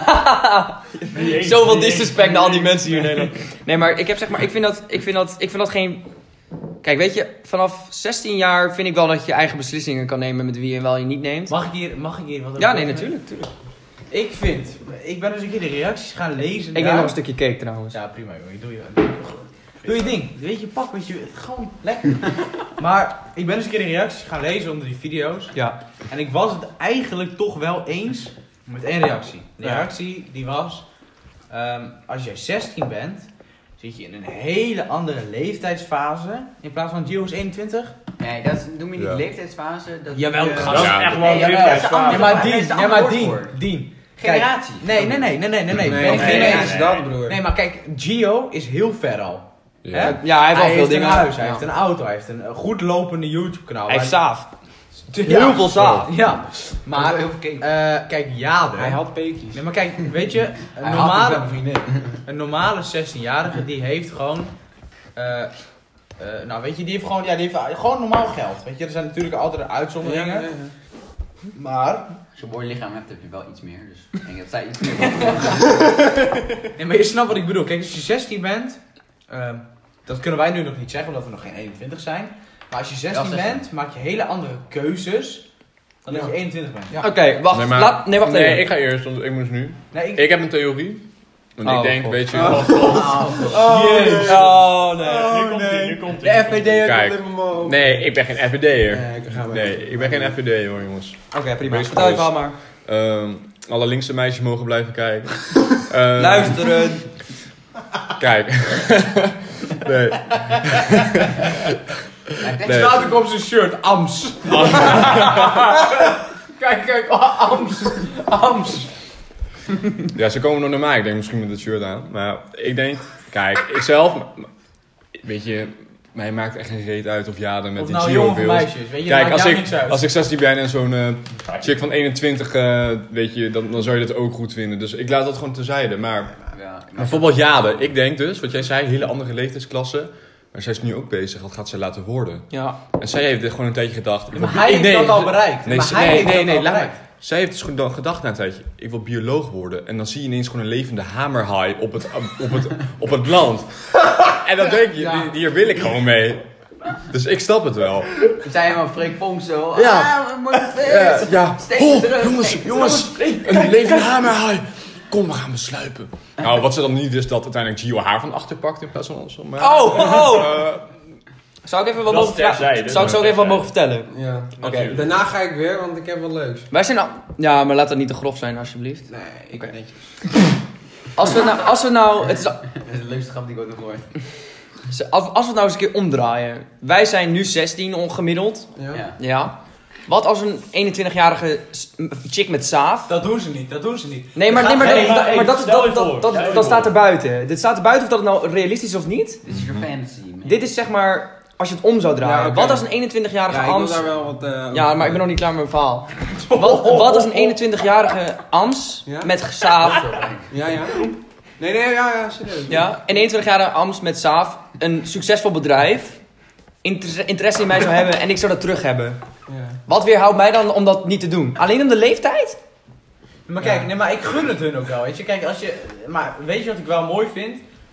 Speaker 6: niet eens-
Speaker 3: Zoveel
Speaker 6: niet eens-
Speaker 3: disrespect naar al die mensen hier in Nederland. Nee, maar ik heb zeg maar, ik vind dat, ik vind dat, ik vind dat geen... Kijk, weet je, vanaf zestien jaar vind ik wel dat je eigen beslissingen kan nemen met wie je wel je niet neemt.
Speaker 1: Mag ik hier, mag ik hier wat over
Speaker 3: Ja, nee,
Speaker 1: zeggen?
Speaker 3: natuurlijk, natuurlijk.
Speaker 1: Ik vind, ik ben dus een keer de reacties gaan lezen.
Speaker 3: Ik
Speaker 1: daar.
Speaker 3: neem nog een stukje cake trouwens.
Speaker 1: Ja, prima joh. Doe je, doe je ding. Weet je, pak, weet je, gewoon lekker. Maar ik ben dus een keer de reacties gaan lezen onder die video's.
Speaker 3: Ja.
Speaker 1: En ik was het eigenlijk toch wel eens met één reactie. De
Speaker 3: Ja.
Speaker 1: reactie die was, ehm, als jij zestien bent, zit je in een hele andere leeftijdsfase. In plaats van Gio is eenentwintig.
Speaker 5: Nee, dat noem je niet
Speaker 4: Ja.
Speaker 5: leeftijdsfase. Dat
Speaker 1: Jawel,
Speaker 5: je-
Speaker 1: gast.
Speaker 6: Dat is
Speaker 4: Ja,
Speaker 6: echt
Speaker 4: dat-
Speaker 6: wel een
Speaker 5: Nee, jawel,
Speaker 6: leeftijdsfase.
Speaker 5: dat
Speaker 1: Ja,
Speaker 5: is
Speaker 1: maar
Speaker 5: dat
Speaker 1: Dien,
Speaker 5: is een
Speaker 1: ja,
Speaker 5: ander
Speaker 1: maar
Speaker 5: woord
Speaker 1: Dien,
Speaker 5: voor.
Speaker 1: Dien. Kijk,
Speaker 5: Generatie.
Speaker 1: Nee, nee, nee, nee, nee, nee, nee.
Speaker 2: Nee,
Speaker 1: Ben
Speaker 2: nee,
Speaker 1: geen
Speaker 2: nee,
Speaker 1: eens.
Speaker 2: is dat, broer.
Speaker 1: Nee, maar kijk, Gio is heel ver al.
Speaker 4: Ja.
Speaker 1: Hè?
Speaker 3: Ja, hij heeft wel
Speaker 1: Hij
Speaker 3: veel
Speaker 1: heeft
Speaker 3: dingen.
Speaker 1: een huis, hij
Speaker 3: Ja.
Speaker 1: heeft een auto, hij heeft een eh, goed lopende YouTube kanaal.
Speaker 3: Hij heeft saaf.
Speaker 1: Ja.
Speaker 3: Heel veel saaf.
Speaker 1: Ja, maar
Speaker 5: heel veel cake.
Speaker 1: eh, kijk, Jade.
Speaker 2: Hij had pekies.
Speaker 1: Nee, maar kijk, weet je, een
Speaker 5: Hij had
Speaker 1: normale,
Speaker 5: het met mijn vriendin.
Speaker 1: een normale zestienjarige die heeft gewoon, eh, eh, nou weet je, die heeft gewoon, ja, die heeft gewoon normaal geld. Weet je, er zijn natuurlijk altijd uitzonderingen,
Speaker 2: Ja, ja, ja.
Speaker 1: maar,
Speaker 5: Als je een mooi lichaam hebt, heb je wel iets meer. Dus ik denk dat zij iets meer heeft.
Speaker 1: nee, maar je snapt wat ik bedoel. Kijk, als je zestien bent, ehm, dat kunnen wij nu nog niet zeggen, omdat we nog geen eenentwintig zijn. Maar als je zestien
Speaker 5: Ja, zestien.
Speaker 1: bent, maak je hele andere keuzes dan dat je eenentwintig bent. Ja.
Speaker 3: Oké, wacht.
Speaker 4: Nee, maar-
Speaker 3: laat, nee, wacht
Speaker 4: Nee,
Speaker 3: even.
Speaker 4: ik ga eerst, want ik moest nu.
Speaker 1: Nee, ik,
Speaker 4: Ik heb een theorie. Want
Speaker 3: Oh,
Speaker 4: ik denk,
Speaker 3: God.
Speaker 4: weet je...
Speaker 6: Oh,
Speaker 3: Oh,
Speaker 1: Jezus.
Speaker 3: oh nee.
Speaker 6: nu komt ie, nu komt
Speaker 2: De
Speaker 6: ie.
Speaker 2: F V D
Speaker 4: Kijk.
Speaker 2: komt in mijn mond.
Speaker 4: Nee, ik ben geen F V D'er.
Speaker 2: Nee, ik ga maar.
Speaker 4: Nee, ik ben geen F V D hoor, jongens.
Speaker 3: Oké, prima.
Speaker 4: Wees
Speaker 3: Vertel je
Speaker 4: gerust.
Speaker 3: verhaal maar.
Speaker 4: Ehm, alle linkse meisjes mogen blijven kijken. Ehm,
Speaker 3: Luisteren.
Speaker 4: Kijk. Nee.
Speaker 5: Hij denkt,
Speaker 4: Nee.
Speaker 1: staat ook op zijn shirt, Ams. Kijk, kijk, oh, Ams. Ams.
Speaker 4: Ja, ze komen nog naar mij. Ik denk misschien met het shirt aan. Maar ik denk, kijk, ik zelf, weet je, mij maakt echt geen reet uit of Jade met
Speaker 1: Of
Speaker 4: die
Speaker 1: nou
Speaker 4: Gio
Speaker 1: jongen of
Speaker 4: beeld.
Speaker 1: meisjes, weet je,
Speaker 4: Kijk,
Speaker 1: dat
Speaker 4: als
Speaker 1: maakt jou
Speaker 4: ik,
Speaker 1: niks uit.
Speaker 4: als ik zestien ben en zo'n eh, chick van eenentwintig, eh, weet je, dan, dan zou je dat ook goed vinden. Dus ik laat dat gewoon terzijde. Maar
Speaker 5: ja, maar-
Speaker 4: bijvoorbeeld Jade, ik denk dus, wat jij zei, hele andere leeftijdsklasse. Maar zij is nu ook bezig, wat gaat zij laten worden?
Speaker 3: Ja.
Speaker 4: En zij heeft gewoon een tijdje gedacht... ik
Speaker 1: Ja, maar
Speaker 4: wil-
Speaker 1: hij
Speaker 4: ik-
Speaker 1: heeft
Speaker 4: nee,
Speaker 1: dat al bereikt.
Speaker 4: Nee,
Speaker 1: maar
Speaker 4: ze-
Speaker 1: hij
Speaker 4: nee,
Speaker 1: heeft
Speaker 4: nee,
Speaker 1: dat
Speaker 4: nee,
Speaker 1: al
Speaker 4: laat
Speaker 1: bereikt.
Speaker 4: maar. Zij heeft dus gewoon gedacht na een tijdje, ik wil bioloog worden. En dan zie je ineens gewoon een levende hamerhaai op het, op het, op het land. En dan denk je, die- hier wil ik gewoon mee. Dus ik snap het wel.
Speaker 5: We zijn helemaal Freek Vonk zo.
Speaker 4: Ja.
Speaker 5: Ah, mooi feest.
Speaker 4: Ja, ja.
Speaker 5: Steek
Speaker 4: Oh,
Speaker 5: terug,
Speaker 4: jongens,
Speaker 5: steek
Speaker 4: jongens, een levende hamerhaai. Kom, we gaan besluipen. Nou, wat ze dan niet is dat uiteindelijk Gio haar van achter pakt in plaats van ons. Maar,
Speaker 3: Oh, oh.
Speaker 4: eh,
Speaker 3: Zou ik even wat
Speaker 6: Dat
Speaker 3: mogen
Speaker 6: is terzijde,
Speaker 3: vertellen?
Speaker 6: dat
Speaker 3: Zou ik
Speaker 6: is
Speaker 3: zo even wat
Speaker 6: terzijde.
Speaker 3: mogen vertellen?
Speaker 2: Ja.
Speaker 6: Natuurlijk.
Speaker 2: Daarna ga ik weer, want ik heb wat leuks.
Speaker 3: Wij zijn nou... Ja, maar laat dat niet te grof zijn, alsjeblieft.
Speaker 2: Nee, ik
Speaker 3: Oké.
Speaker 2: netjes.
Speaker 3: Als we nou... Als we nou het is,
Speaker 5: Dat is de leukste grap die ik ooit heb gehoord.
Speaker 3: als als we het nou eens een keer omdraaien. Wij zijn nu zestien ongemiddeld.
Speaker 2: Ja.
Speaker 5: Ja.
Speaker 3: Ja. Wat als een eenentwintigjarige s- chick met saaf...
Speaker 1: Dat doen ze niet, dat doen ze niet.
Speaker 3: Nee, maar,
Speaker 1: Dat
Speaker 3: nee, maar,
Speaker 1: gaat-
Speaker 3: dat,
Speaker 1: hey,
Speaker 3: dat-
Speaker 6: hey,
Speaker 3: maar dat,
Speaker 6: stel
Speaker 3: dat,
Speaker 6: je voor,
Speaker 3: dat, dat,
Speaker 6: stel je
Speaker 3: dat staat
Speaker 6: voor.
Speaker 3: er buiten. Dit staat er buiten of dat het nou realistisch is of niet.
Speaker 5: Dit is your fantasy, man.
Speaker 3: Dit is zeg maar... Als je het om zou draaien.
Speaker 2: Ja, oké.
Speaker 3: Wat als een eenentwintigjarige
Speaker 2: Ja, ik wil
Speaker 3: Ams...
Speaker 2: daar wel wat... eh,
Speaker 3: Ja, maar ik ben nog niet klaar met mijn verhaal. Wat, wat als een eenentwintigjarige Ams
Speaker 2: Ja?
Speaker 3: met saaf...
Speaker 2: Ja, ja. Nee, nee, ja, ja, serieus.
Speaker 3: Ja, een eenentwintigjarige Ams met saaf, een succesvol bedrijf, inter- interesse in mij zou hebben en ik zou dat terug hebben.
Speaker 2: Ja.
Speaker 3: Wat weerhoudt mij dan om dat niet te doen? Alleen om de leeftijd?
Speaker 1: Maar kijk,
Speaker 2: Ja.
Speaker 1: nee, maar ik gun het hun ook wel, weet je. Kijk, als je... Maar weet je wat ik wel mooi vind?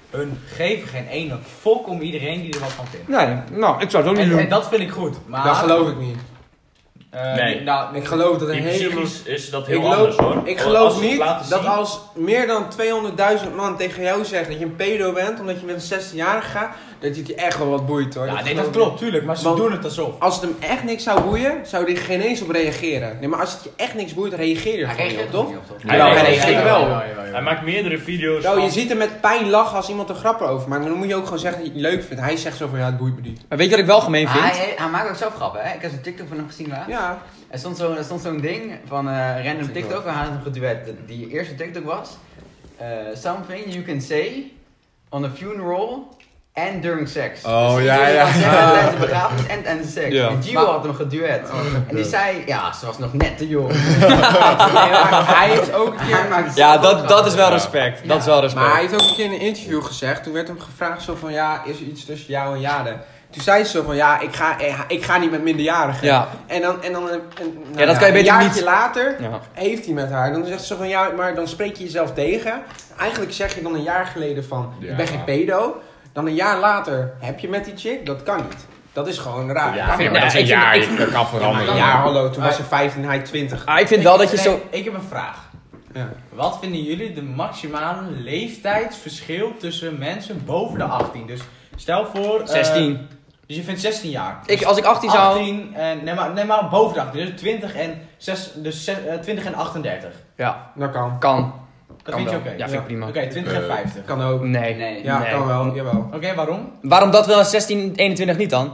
Speaker 1: hun geven geen ene fok om iedereen die er wat van vindt.
Speaker 3: Nee, nou, ik zou het ook niet
Speaker 1: En,
Speaker 3: doen.
Speaker 1: en dat vind ik goed. Maar,
Speaker 2: Dat geloof ik niet.
Speaker 1: eh,
Speaker 6: Nee.
Speaker 1: nou,
Speaker 2: Ik geloof dat een
Speaker 6: Die
Speaker 2: hele...
Speaker 6: psychisch is dat
Speaker 2: Ik
Speaker 6: heel anders
Speaker 2: geloof,
Speaker 6: hoor.
Speaker 2: ik
Speaker 6: Als
Speaker 2: geloof
Speaker 6: ze het
Speaker 2: niet
Speaker 6: laten
Speaker 2: dat
Speaker 6: zien-
Speaker 2: als meer dan tweehonderdduizend man tegen jou zegt dat je een pedo bent, omdat je met een zestienjarige gaat, dat het je echt wel wat boeit hoor.
Speaker 1: ja, nee,
Speaker 2: geloof
Speaker 1: dat
Speaker 2: ik.
Speaker 1: klopt, tuurlijk. Maar ze
Speaker 2: Want-
Speaker 1: doen het alsof.
Speaker 2: Als het hem echt niks zou boeien, zou hij er geen eens op reageren. Nee, maar als het je echt niks boeit, reageer je er
Speaker 5: Hij
Speaker 2: gewoon niet
Speaker 5: reageert
Speaker 2: op,
Speaker 5: er
Speaker 2: toch?
Speaker 5: niet op, toch?
Speaker 6: Hij
Speaker 2: Ja, hij
Speaker 6: reageert
Speaker 2: reageert
Speaker 6: wel.
Speaker 2: wel.
Speaker 6: Hij maakt meerdere video's
Speaker 2: Bro,
Speaker 6: van-
Speaker 2: je ziet hem met pijn lachen als iemand er grappen over maakt, maar dan moet je ook gewoon zeggen dat je het leuk vindt. Hij zegt zo van ja, het boeit me niet.
Speaker 3: Maar weet je wat ik wel gemeen
Speaker 5: Maar
Speaker 3: vind?
Speaker 5: hij, hij maakt ook zelf grappen, hè? Ik heb zo'n TikTok van hem gezien laatst.
Speaker 2: Ja.
Speaker 5: Er stond zo'n stond zo'n ding van eh random TikTok en hij had een geduet. De- Die eerste TikTok was eh, something you can say on a funeral and during sex.
Speaker 4: Oh,
Speaker 5: Dus
Speaker 4: ja,
Speaker 5: je
Speaker 4: ja.
Speaker 5: kan zeggen
Speaker 2: Ah.
Speaker 5: tijdens de begrafenis en tijdens de seks.
Speaker 4: Ja.
Speaker 5: En Gio
Speaker 2: Maar-
Speaker 5: had hem geduet. En die zei, ja, ze was nog net te jong.
Speaker 2: Nee, maar hij heeft ook een
Speaker 5: Hij
Speaker 2: keer...
Speaker 5: maakt
Speaker 3: Ja,
Speaker 5: zelf ook
Speaker 3: dat, dat is wel
Speaker 4: Ja.
Speaker 3: respect. Dat is wel respect.
Speaker 2: Maar hij heeft ook een keer in een interview gezegd, toen werd hem gevraagd zo van ja, is er iets tussen jou en Jade? Toen zei ze zo van ja, ik ga, eh, ik ga niet met minderjarigen.
Speaker 3: Ja.
Speaker 2: En dan, en dan een, een, nou
Speaker 3: Ja, dat kan je beter
Speaker 2: een jaartje
Speaker 3: niet-
Speaker 2: later
Speaker 3: Ja.
Speaker 2: heeft hij met haar. Dan zegt ze van ja, maar dan spreek je jezelf tegen. Eigenlijk zeg je dan een jaar geleden van
Speaker 4: Ja.
Speaker 2: ik ben geen pedo. Dan een jaar later heb je met die chick, dat kan niet. Dat is gewoon raar.
Speaker 4: Ja,
Speaker 2: Kan
Speaker 4: nee,
Speaker 2: niet.
Speaker 4: maar dat is
Speaker 3: ik
Speaker 4: een
Speaker 3: vind-
Speaker 4: jaar,
Speaker 3: ik
Speaker 4: je- dat kan veranderen.
Speaker 2: Ja, hallo, toen was ze vijftien, hij twintig.
Speaker 3: Ah, ik vind wel dat je
Speaker 1: Nee,
Speaker 3: zo...
Speaker 1: Ik heb een vraag.
Speaker 2: Ja.
Speaker 1: Wat vinden jullie de maximale leeftijdsverschil tussen mensen boven de achttien? Dus stel voor... eh,
Speaker 3: zestien.
Speaker 1: dus je vindt zestien jaar.
Speaker 3: Ik, als ik achttien zou...
Speaker 1: achttien en... Nee maar, nee, maar boven de achttien. Dus twintig en, zes, dus zes- eh, twintig en achtendertig.
Speaker 3: Ja,
Speaker 2: Dat kan.
Speaker 3: kan.
Speaker 1: Dat
Speaker 3: Kan
Speaker 1: vind je
Speaker 3: wel.
Speaker 1: oké?
Speaker 3: Ja, vind ik prima.
Speaker 1: Oké, twintig en
Speaker 4: Eh,
Speaker 1: vijftig.
Speaker 2: Kan ook.
Speaker 3: Nee.
Speaker 5: Nee.
Speaker 2: Ja,
Speaker 3: Nee.
Speaker 2: kan wel, jawel.
Speaker 1: Oké, waarom?
Speaker 3: Waarom dat wel zestien, eenentwintig niet dan?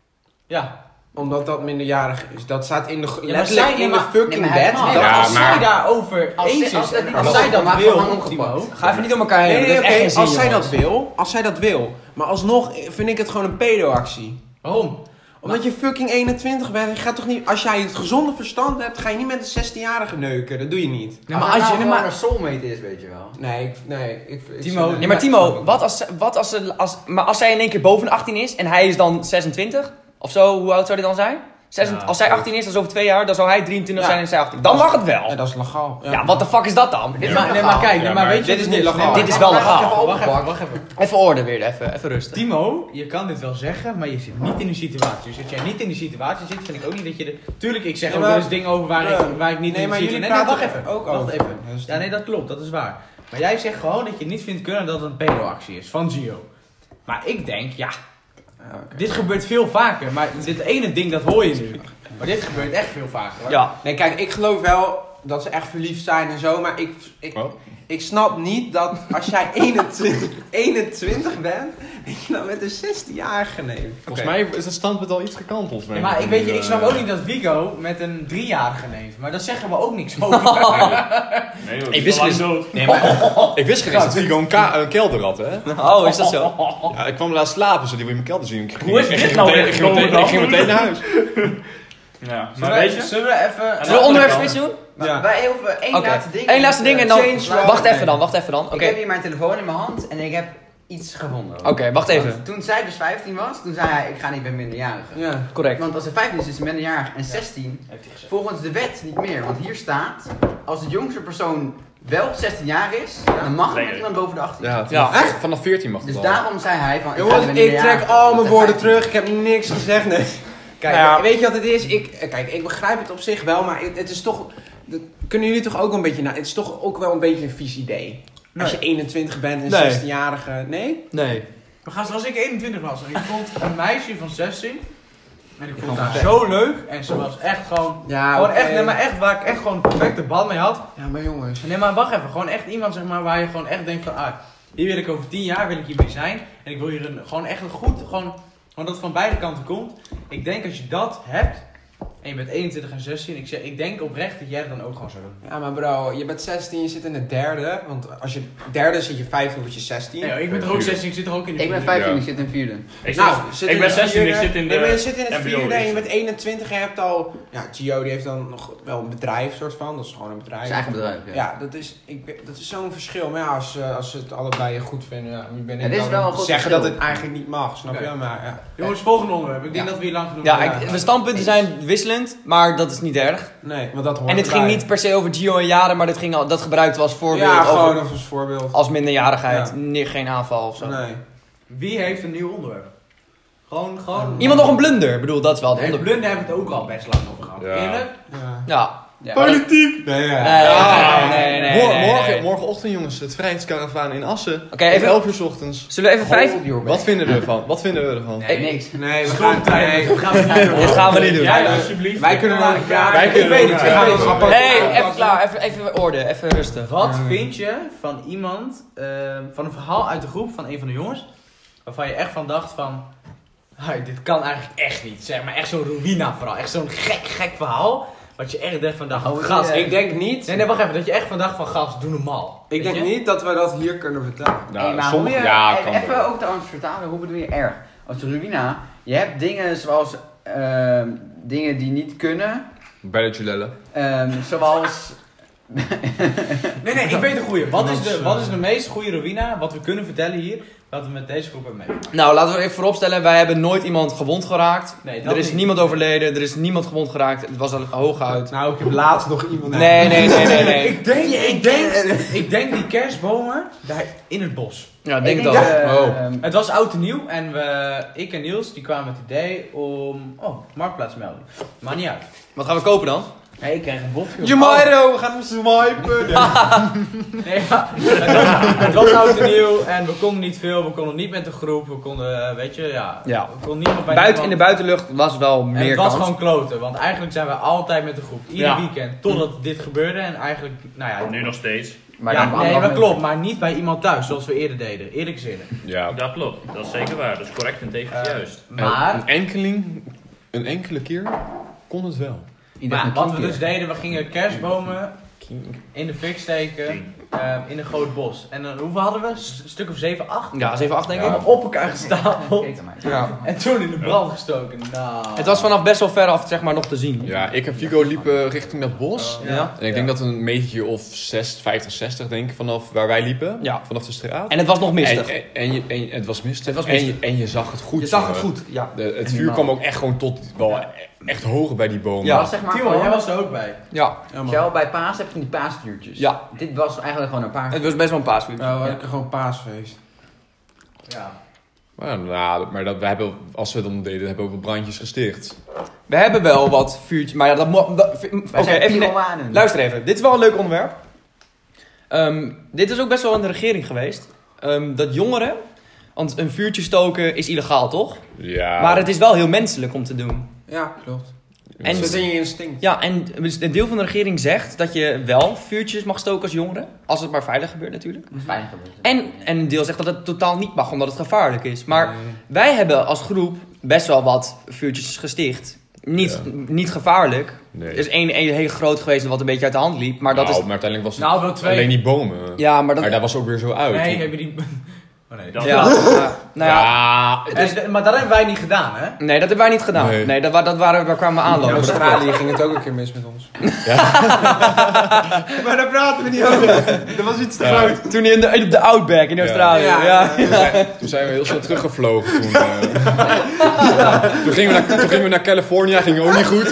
Speaker 1: Ja.
Speaker 2: Omdat dat minderjarig is. Dat staat in de,
Speaker 1: maar
Speaker 2: letterlijk
Speaker 1: zij-
Speaker 2: in
Speaker 1: maar-
Speaker 2: de fucking
Speaker 5: nee, maar
Speaker 2: wet.
Speaker 5: helemaal.
Speaker 2: Dat-
Speaker 4: Ja,
Speaker 1: als
Speaker 4: maar-
Speaker 1: zij daarover
Speaker 5: Als
Speaker 1: eens
Speaker 5: zij-
Speaker 1: is,
Speaker 5: als dat
Speaker 1: en
Speaker 5: niet-
Speaker 1: als
Speaker 5: als
Speaker 1: zij
Speaker 5: zij
Speaker 1: dat
Speaker 5: dat maar
Speaker 1: wil,
Speaker 5: gewoon opgepakt.
Speaker 1: Timo,
Speaker 3: Ga even niet om elkaar heen.
Speaker 2: Nee,
Speaker 3: dat
Speaker 2: nee,
Speaker 3: heeft
Speaker 2: oké,
Speaker 3: echt geen zin,
Speaker 2: als zij
Speaker 3: jongens.
Speaker 2: dat wil, als zij dat wil. Maar alsnog vind ik het gewoon een pedo-actie.
Speaker 1: Waarom?
Speaker 2: Omdat je fucking eenentwintig bent, je gaat toch niet, als jij het gezonde verstand hebt, ga je niet met een zestienjarige neuken. Dat doe je niet.
Speaker 1: Nee, maar als je...
Speaker 5: nou
Speaker 1: nee, maar-
Speaker 5: een soulmate is, weet je wel.
Speaker 2: Nee, ik, nee, ik, ik
Speaker 1: Timo,
Speaker 2: ik-
Speaker 3: Nee, maar Timo, wat als, wat als, ze, als, maar als zij in één keer boven de achttien is en hij is dan zesentwintig? Of zo, hoe oud zou hij dan zijn? Zesent-
Speaker 1: Ja,
Speaker 3: als zij achttien is, dat is over twee jaar, dan zou hij drieëntwintig
Speaker 2: Ja.
Speaker 3: zijn en zij achttien. Dan mag het wel.
Speaker 2: Ja, dat is legaal.
Speaker 3: Ja, wat de fuck is dat dan?
Speaker 1: Nee, maar, nee, maar kijk, nee,
Speaker 4: Ja,
Speaker 1: maar
Speaker 4: maar
Speaker 1: weet je
Speaker 2: dit
Speaker 1: wat
Speaker 2: is
Speaker 1: het
Speaker 2: niet legaal.
Speaker 1: Nee, maar-
Speaker 3: Dit is wel
Speaker 1: wacht
Speaker 3: legaal.
Speaker 1: even, Wacht even, wacht even.
Speaker 3: Even orde weer, even, even rustig.
Speaker 1: Timo, je kan dit wel zeggen, maar je zit niet in die situatie. Dus als jij niet in die situatie zit, vind ik ook niet dat je er... Tuurlijk, ik zeg
Speaker 2: Nee,
Speaker 1: ook
Speaker 2: maar-
Speaker 1: wel eens dingen over waar,
Speaker 2: Ja.
Speaker 1: ik, waar ik niet
Speaker 2: Nee,
Speaker 1: in
Speaker 2: maar
Speaker 1: zit.
Speaker 2: jullie
Speaker 1: Nee, nee,
Speaker 2: praten
Speaker 1: wacht even.
Speaker 2: ook
Speaker 1: wacht
Speaker 2: over.
Speaker 1: even.
Speaker 2: Dat is-
Speaker 1: Ja, nee, dat klopt, dat is waar. Maar jij zegt gewoon dat je niet vindt kunnen dat het een pedo-actie is van Gio. Maar ik denk, ja,
Speaker 2: Ja, oké.
Speaker 1: dit gebeurt veel vaker. Maar dit ene ding, dat hoor je nu. Maar dit gebeurt echt veel vaker, hoor.
Speaker 3: Ja.
Speaker 2: Nee, kijk, ik geloof wel dat ze echt verliefd zijn en zo, maar ik, ik,
Speaker 4: Oh.
Speaker 2: ik snap niet dat als jij eenentwintig, eenentwintig bent, dat je dan met een zestienjarige neemt.
Speaker 4: Volgens mij is het standpunt al iets gekanteld.
Speaker 1: Ja, maar ik, weet je, ik snap ook niet dat Vigo met een driejarige neemt. Maar dat zeggen we ook niks over.
Speaker 6: Nee, joh,
Speaker 3: Ik
Speaker 6: die
Speaker 3: wist
Speaker 6: is al lang dood.
Speaker 3: Nee, maar...
Speaker 4: Ik wist geen eens dat Vigo een, ka- een kelder had, hè?
Speaker 3: Oh, is dat zo?
Speaker 4: Ja, ik kwam laat slapen, zo die wil je in mijn kelder zien. Ik ging-
Speaker 6: Hoe is
Speaker 4: ik
Speaker 6: dit
Speaker 4: ging
Speaker 6: nou
Speaker 4: meteen-
Speaker 6: weer
Speaker 4: ik ging meteen-
Speaker 6: gekomen
Speaker 4: Ik ging
Speaker 6: dan?
Speaker 4: meteen naar huis.
Speaker 6: Ja,
Speaker 1: Zullen
Speaker 6: maar
Speaker 1: we-
Speaker 6: weet je...
Speaker 1: Zullen we even...
Speaker 3: Zullen we onderwerp switch doen?
Speaker 5: Maar
Speaker 2: Ja.
Speaker 5: wij hoeven één
Speaker 3: Oké.
Speaker 5: laatste ding.
Speaker 3: Eén laatste ding en dan...
Speaker 2: Change
Speaker 3: Wacht
Speaker 2: wel.
Speaker 3: even dan, wacht even dan. Oké,
Speaker 5: Ik heb hier mijn telefoon in mijn hand en ik heb iets gevonden.
Speaker 3: Oké, wacht even.
Speaker 5: Want toen zij dus vijftien was, toen zei hij, ik ga niet met minderjarigen.
Speaker 2: Ja.
Speaker 3: Correct.
Speaker 5: Want als ze vijftien is, is ze minderjarig en zestien.
Speaker 1: Heeft hij gezegd.
Speaker 5: Volgens de wet niet meer. Want hier staat, als de jongste persoon wel zestien jaar is, dan mag het
Speaker 6: Denk
Speaker 5: met
Speaker 6: ik.
Speaker 5: iemand boven de achttien.
Speaker 4: Ja,
Speaker 3: Ja.
Speaker 4: vanaf, vanaf veertien mag het
Speaker 5: Dus
Speaker 4: al.
Speaker 5: daarom zei hij van, ik ga
Speaker 2: Jongens,
Speaker 5: niet met
Speaker 2: ik
Speaker 5: minderjarigen.
Speaker 2: trek al
Speaker 5: Dat
Speaker 2: mijn
Speaker 5: zijn
Speaker 2: woorden
Speaker 5: vijftien.
Speaker 2: terug, ik heb niks gezegd, nee. Kijk,
Speaker 3: Nou ja.
Speaker 2: weet je wat het is? Ik, kijk, ik begrijp het op zich wel, maar het, het is toch... Dat kunnen jullie toch ook een beetje... Nou, het is toch ook wel een beetje een vies idee. Als je eenentwintig bent en een
Speaker 3: Nee.
Speaker 2: zestienjarige... Nee?
Speaker 3: Nee.
Speaker 1: Maar gast, als ik eenentwintig was en ik vond een meisje van zestien en ik vond haar zo leuk en ze was echt gewoon,
Speaker 2: Ja,
Speaker 1: gewoon
Speaker 2: oké.
Speaker 1: echt, nee, maar echt waar ik echt gewoon een perfecte band mee had.
Speaker 2: Ja, maar jongens...
Speaker 1: Nee, maar wacht even, gewoon echt iemand zeg maar waar je gewoon echt denkt van, ah, hier wil ik over tien jaar wil ik hiermee zijn en ik wil hier een, gewoon echt een goed, gewoon, gewoon dat het van beide kanten komt. Ik denk als je dat hebt en je bent eenentwintig en zestien, ik, zeg, ik denk oprecht dat jij het dan ook gewoon zou doen.
Speaker 2: Ja, maar bro, je bent zestien, je zit in het derde. Want als je derde zit je vijftien, word je zestien.
Speaker 1: Nee, ik ben toch ook zestien, ik zit er ook in de
Speaker 5: Ik ben
Speaker 1: vierde.
Speaker 5: vijftien,
Speaker 4: Ja.
Speaker 5: ik zit in vierde.
Speaker 6: Ik,
Speaker 2: Nou,
Speaker 6: zit-
Speaker 2: zit
Speaker 6: ik
Speaker 2: in
Speaker 6: ben
Speaker 2: het
Speaker 6: zestien, ik
Speaker 2: vierde.
Speaker 6: zit in de...
Speaker 2: Nee, maar je zit in het
Speaker 6: M B O
Speaker 2: vierde en je
Speaker 6: eerste.
Speaker 2: bent eenentwintig en je hebt al... Ja, Gio die heeft dan nog wel een bedrijf soort van. Dat is gewoon een bedrijf.
Speaker 5: Zijn eigen bedrijf, ja.
Speaker 2: Ja, dat is, ik, weet- dat is zo'n verschil. Maar ja, als, eh, als ze het allebei goed vinden, ja, wie ben ik
Speaker 5: Het is
Speaker 2: dan
Speaker 5: wel
Speaker 2: om
Speaker 5: een
Speaker 2: te
Speaker 5: goed
Speaker 2: zeggen
Speaker 5: verschil.
Speaker 2: dat het eigenlijk niet mag, snap
Speaker 1: Oké.
Speaker 2: je? Maar ja.
Speaker 1: Jongens, volgende onderwerp. Ik denk
Speaker 5: Ja.
Speaker 1: dat we hier lang genoeg
Speaker 3: Ja,
Speaker 1: hebben.
Speaker 3: ik, de standpunten zijn wisselend. vervelend, maar dat is niet erg.
Speaker 2: Nee, want dat hoort
Speaker 3: En het ging
Speaker 2: erbij.
Speaker 3: niet per se over Gio en Jaren, maar dat, ging al, dat gebruikten we als voorbeeld.
Speaker 2: Ja,
Speaker 3: over,
Speaker 2: gewoon als voorbeeld.
Speaker 3: als minderjarigheid.
Speaker 2: Ja.
Speaker 3: Nee, geen aanval of zo.
Speaker 2: Nee.
Speaker 1: Wie heeft een nieuw onderwerp? Gewoon, gewoon...
Speaker 3: Iemand nog een blunder? Ik bedoel, dat is wel het
Speaker 1: Nee, de
Speaker 3: onderwerp.
Speaker 1: blunder hebben we het ook al best lang over gehad.
Speaker 4: Ja.
Speaker 1: Eerlijk?
Speaker 2: Ja.
Speaker 3: Ja.
Speaker 5: Ja.
Speaker 2: Politiek! Nee, ja.
Speaker 3: Nee, nee, nee, nee,
Speaker 4: Mor-
Speaker 3: nee, nee.
Speaker 4: morgen, morgenochtend jongens, het vrijheidskaravaan in Assen.
Speaker 3: Oké,
Speaker 4: Om
Speaker 3: even,
Speaker 4: elf uur 's ochtends.
Speaker 3: zullen we even vijf...
Speaker 5: Hold your
Speaker 4: Wat
Speaker 5: back.
Speaker 4: vinden we ervan? Wat vinden we ervan?
Speaker 5: Nee, niks.
Speaker 2: Nee, we gaan...
Speaker 1: Schooltijd,
Speaker 2: Nee.
Speaker 1: dat gaan we niet doen.
Speaker 3: Dit gaan we niet doen.
Speaker 6: Jij alsjeblieft.
Speaker 2: Wij kunnen naar elkaar.
Speaker 4: Wij kunnen
Speaker 2: Ik weet
Speaker 4: naar
Speaker 2: het, we
Speaker 4: elkaar.
Speaker 2: gaan ons apart-
Speaker 3: Nee, even klaar. Even, even orde. Even rustig.
Speaker 1: Wat vind je van iemand, ehm, van een verhaal uit de groep van een van de jongens, waarvan je echt van dacht van, "Hai, dit kan eigenlijk echt niet. Zeg maar echt zo'n Rowena verhaal. Echt zo'n gek, gek verhaal. Wat je echt dacht van, dacht,
Speaker 5: Oh,
Speaker 1: gast.
Speaker 5: ja.
Speaker 2: Ik denk niet...
Speaker 1: Nee, nee, wacht even. Dat je echt van dacht van, gast, doe normaal.
Speaker 2: Ik
Speaker 1: Weet
Speaker 2: denk
Speaker 1: je?
Speaker 2: niet dat we dat hier kunnen vertellen.
Speaker 5: Hey,
Speaker 4: Nou,
Speaker 5: maar
Speaker 4: sommige...
Speaker 5: hoe je,
Speaker 4: Ja,
Speaker 5: en
Speaker 4: kan
Speaker 5: even
Speaker 4: wel.
Speaker 5: ook trouwens vertalen, hoe bedoel je erg? Als Ruina, je hebt dingen zoals ehm, dingen die niet kunnen,
Speaker 4: Belletje lellen.
Speaker 5: ehm, zoals...
Speaker 1: Nee, nee, ik weet de goeie. Wat is
Speaker 2: Dat
Speaker 1: de,
Speaker 2: is,
Speaker 1: wat
Speaker 2: eh,
Speaker 1: is de meest goede Rowena, wat we kunnen vertellen hier, wat we met deze groep hebben meegemaakt?
Speaker 3: Nou, laten we even vooropstellen. Wij hebben nooit iemand gewond geraakt.
Speaker 1: Nee, dat
Speaker 3: Er is
Speaker 1: niet.
Speaker 3: niemand overleden. Er is niemand gewond geraakt. Het was al hooguit.
Speaker 2: Nou, ik heb laatst nog iemand...
Speaker 3: Nee, nee, nee, nee, nee.
Speaker 1: Ik denk, ik denk, ik denk die kerstbomen daar in het bos.
Speaker 3: Ja, denk het
Speaker 5: denk,
Speaker 3: al.
Speaker 5: eh,
Speaker 4: Oh.
Speaker 5: ehm,
Speaker 1: Het was oud en nieuw en we, ik en Niels die kwamen met het idee om, oh, marktplaatsmelding. Maar niet uit.
Speaker 3: Wat gaan we kopen dan?
Speaker 1: Nee, ik kreeg een botje.
Speaker 2: Jamiro, we gaan hem swipen.
Speaker 1: Nee, ja, het, was, het was oud en nieuw en we konden niet veel, we konden niet met de groep, we konden, eh, weet je, ja,
Speaker 3: Ja.
Speaker 1: we konden niemand bij
Speaker 3: Buiten in de
Speaker 1: niemand.
Speaker 3: buitenlucht was wel
Speaker 1: En
Speaker 3: meer
Speaker 1: het was
Speaker 3: kans.
Speaker 1: gewoon kloten, want eigenlijk zijn we altijd met de groep, ieder
Speaker 6: Ja.
Speaker 1: weekend, totdat dit gebeurde en eigenlijk, nou ja,
Speaker 6: Nu nog steeds.
Speaker 5: maar
Speaker 1: ja,
Speaker 5: dan
Speaker 1: nee,
Speaker 5: anderhalf
Speaker 1: dat
Speaker 5: meter.
Speaker 1: klopt, maar niet bij iemand thuis, zoals we eerder deden, eerlijk is eerlijk.
Speaker 4: Ja.
Speaker 6: Dat klopt. Dat is zeker waar. Dat is correct en tevens
Speaker 1: Eh,
Speaker 6: juist.
Speaker 1: Maar,
Speaker 4: Een enkeling, een enkele keer kon het wel.
Speaker 5: Ieder
Speaker 1: maar
Speaker 5: een
Speaker 1: wat we
Speaker 5: kinkje.
Speaker 1: dus deden, we gingen kerstbomen in de fik steken, eh, in een groot bos. En dan, hoeveel hadden we? S- Een stuk of zeven, acht?
Speaker 3: Ja, zeven acht denk ik.
Speaker 1: Allemaal op elkaar gestapeld.
Speaker 5: Kijk dan maar.
Speaker 2: Ja.
Speaker 1: En toen in de brand gestoken. Nou.
Speaker 3: Het was vanaf best wel ver af, zeg maar, nog te zien.
Speaker 4: Ja, ik en Figo liepen richting dat bos.
Speaker 3: Ja.
Speaker 4: En ik denk dat een metertje of zes, vijftig, zestig denk ik vanaf waar wij liepen.
Speaker 3: Ja.
Speaker 4: Vanaf de straat.
Speaker 3: En het was nog mistig.
Speaker 4: En, en, en je, en je- het was mistig.
Speaker 3: Het was
Speaker 4: En,
Speaker 3: mistig.
Speaker 4: je, en je zag het goed.
Speaker 3: Je zag het
Speaker 4: jongen.
Speaker 3: goed, ja.
Speaker 4: De, het
Speaker 5: En
Speaker 4: vuur
Speaker 5: normaal.
Speaker 4: kwam ook echt gewoon tot wel e- echt hoger bij die bomen.
Speaker 3: Ja.
Speaker 5: Het was zeg maar
Speaker 1: Timo,
Speaker 5: gewoon,
Speaker 1: jij was er ook bij.
Speaker 3: Ja,
Speaker 2: Ja, man.
Speaker 5: Shell bij paas heb je van die paasvuurtjes.
Speaker 3: Ja.
Speaker 5: Dit was eigenlijk gewoon een paas.
Speaker 3: het was best wel een paasvuur.
Speaker 2: Nou, we hadden gewoon paasfeest.
Speaker 1: Ja.
Speaker 4: Maar, nou, maar dat, we hebben, als we dat dan deden, hebben we ook wel brandjes gesticht.
Speaker 3: We hebben wel wat vuurtjes, maar ja, dat moet... dat- Oké,
Speaker 5: Wij zijn
Speaker 3: even... nee,
Speaker 5: pyromanen.
Speaker 3: luister even. Dit is wel een leuk onderwerp. Ehm, dit is ook best wel aan de regering geweest. Ehm, dat jongeren... Want een vuurtje stoken is illegaal, toch?
Speaker 4: Ja.
Speaker 3: Maar het is wel heel menselijk om te doen.
Speaker 2: Ja, klopt.
Speaker 3: En-
Speaker 2: En zit in je instinct.
Speaker 3: Ja, en een deel van de regering zegt dat je wel vuurtjes mag stoken als jongere. Als het maar veilig gebeurt natuurlijk.
Speaker 5: Dat is fijn gebeurd.
Speaker 3: En, en een deel zegt dat het totaal niet mag, omdat het gevaarlijk is. Maar wij hebben als groep best wel wat vuurtjes gesticht. Niet,
Speaker 4: Ja.
Speaker 3: niet gevaarlijk.
Speaker 4: Nee.
Speaker 3: Er is één, één hele groot geweest wat een beetje uit de hand liep. Maar dat
Speaker 4: Nou,
Speaker 3: is...
Speaker 4: maar uiteindelijk was het
Speaker 1: Nou, wel twee.
Speaker 4: alleen die bomen.
Speaker 3: Ja, maar dat...
Speaker 4: Maar dat was ook weer zo uit.
Speaker 1: Nee, heb je die... Oh nee.
Speaker 6: Dat-
Speaker 3: Ja, ja, nou ja,
Speaker 4: ja.
Speaker 1: En- maar dat hebben wij niet gedaan, hè?
Speaker 3: nee, dat hebben wij niet gedaan. Nee,
Speaker 4: Nee.
Speaker 3: dat, wa- dat waren, daar kwamen we
Speaker 2: In
Speaker 3: aanlopen. Dat klopt.
Speaker 2: Australië ging het ook een keer mis met ons. Maar daar praten we niet over. Dat was iets te
Speaker 4: Ja.
Speaker 2: groot.
Speaker 3: Toen in de, op de Outback in Australië.
Speaker 2: Ja,
Speaker 3: Ja,
Speaker 2: ja.
Speaker 4: Toen zijn- Toen zijn we heel snel teruggevlogen. Toen, eh. toen, gingen we naar, toen gingen we naar California, ging ook niet goed.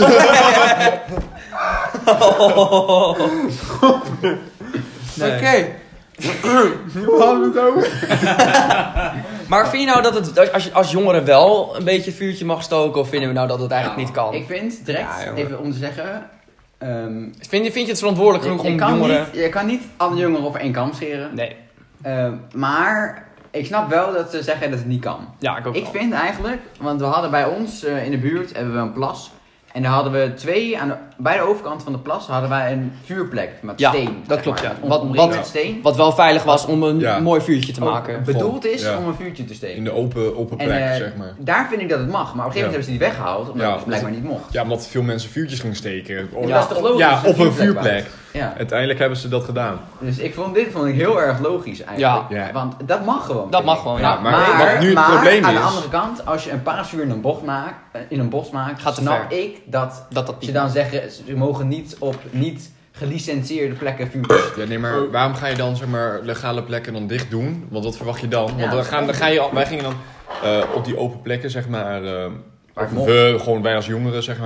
Speaker 3: Nee.
Speaker 2: Oké. Hoe hadden we het over?
Speaker 3: Maar vind je nou dat het als, je, als jongeren wel een beetje vuurtje mag stoken? Of vinden we nou dat het eigenlijk niet kan?
Speaker 5: Ik vind direct,
Speaker 2: Ja, jongen.
Speaker 5: even om te zeggen... ehm,
Speaker 3: Vind je, vind je het verantwoordelijk
Speaker 5: je,
Speaker 3: genoeg
Speaker 5: je
Speaker 3: om
Speaker 5: kan
Speaker 3: jongeren...
Speaker 5: niet, je kan niet alle jongeren over één kam scheren.
Speaker 3: Nee.
Speaker 5: Ehm, maar ik snap wel dat ze zeggen dat het niet kan.
Speaker 3: Ja, ik ook
Speaker 5: Ik
Speaker 3: wel.
Speaker 5: vind eigenlijk, want we hadden bij ons eh, in de buurt hebben we een plas. En daar hadden we twee, aan de, bij de overkant van de plas hadden wij een vuurplek met
Speaker 3: Ja,
Speaker 5: steen.
Speaker 3: dat
Speaker 5: zeg
Speaker 3: klopt,
Speaker 5: maar.
Speaker 3: ja.
Speaker 5: Om-
Speaker 3: Wat-
Speaker 5: omringd
Speaker 3: wat-
Speaker 5: met steen.
Speaker 3: Wat wel veilig was om een
Speaker 4: Ja.
Speaker 3: mooi vuurtje te
Speaker 5: Ook
Speaker 3: maken.
Speaker 5: bedoeld is
Speaker 4: Ja.
Speaker 5: om een vuurtje te steken.
Speaker 4: In de open, open
Speaker 5: En
Speaker 4: plek,
Speaker 5: eh,
Speaker 4: zeg maar.
Speaker 5: daar vind ik dat het mag. Maar op een gegeven moment
Speaker 4: Ja.
Speaker 5: hebben ze die weggehaald, omdat
Speaker 4: Ja,
Speaker 5: het dus blijkbaar niet mocht.
Speaker 4: Ja, omdat veel mensen vuurtjes gingen steken. Op-
Speaker 5: Ja, dat is toch logisch?
Speaker 4: Ja,
Speaker 5: Een
Speaker 4: op een
Speaker 5: vuurplek
Speaker 4: vuurplek.
Speaker 5: Ja.
Speaker 4: Uiteindelijk hebben ze dat gedaan.
Speaker 5: Dus ik vond dit vond ik heel erg logisch eigenlijk.
Speaker 4: Ja.
Speaker 5: Want dat mag gewoon.
Speaker 3: Dat
Speaker 5: vind
Speaker 3: mag
Speaker 5: ik.
Speaker 3: gewoon,
Speaker 4: Ja,
Speaker 3: ja.
Speaker 4: maar,
Speaker 5: Maar,
Speaker 4: wat nu het
Speaker 5: maar
Speaker 4: probleem
Speaker 5: aan de
Speaker 4: is...
Speaker 5: andere kant, als je een paasvuur in een, bocht maakt, eh, in een bos maakt,
Speaker 3: Gaat te
Speaker 5: snap
Speaker 3: ver.
Speaker 5: ik dat
Speaker 3: Dat dat
Speaker 5: ze
Speaker 3: niet
Speaker 5: dan zeggen, ze mogen niet op niet gelicentieerde plekken vuurtjes.
Speaker 4: Ja, nee, maar waarom ga je dan zeg maar legale plekken dan dicht doen? Want wat verwacht je dan?
Speaker 5: Ja,
Speaker 4: Want dan gaan, dan ga je, al- wij gingen dan eh, op die open plekken, zeg maar, eh,
Speaker 5: Waar het
Speaker 4: of we, gewoon wij als jongeren, zeg maar,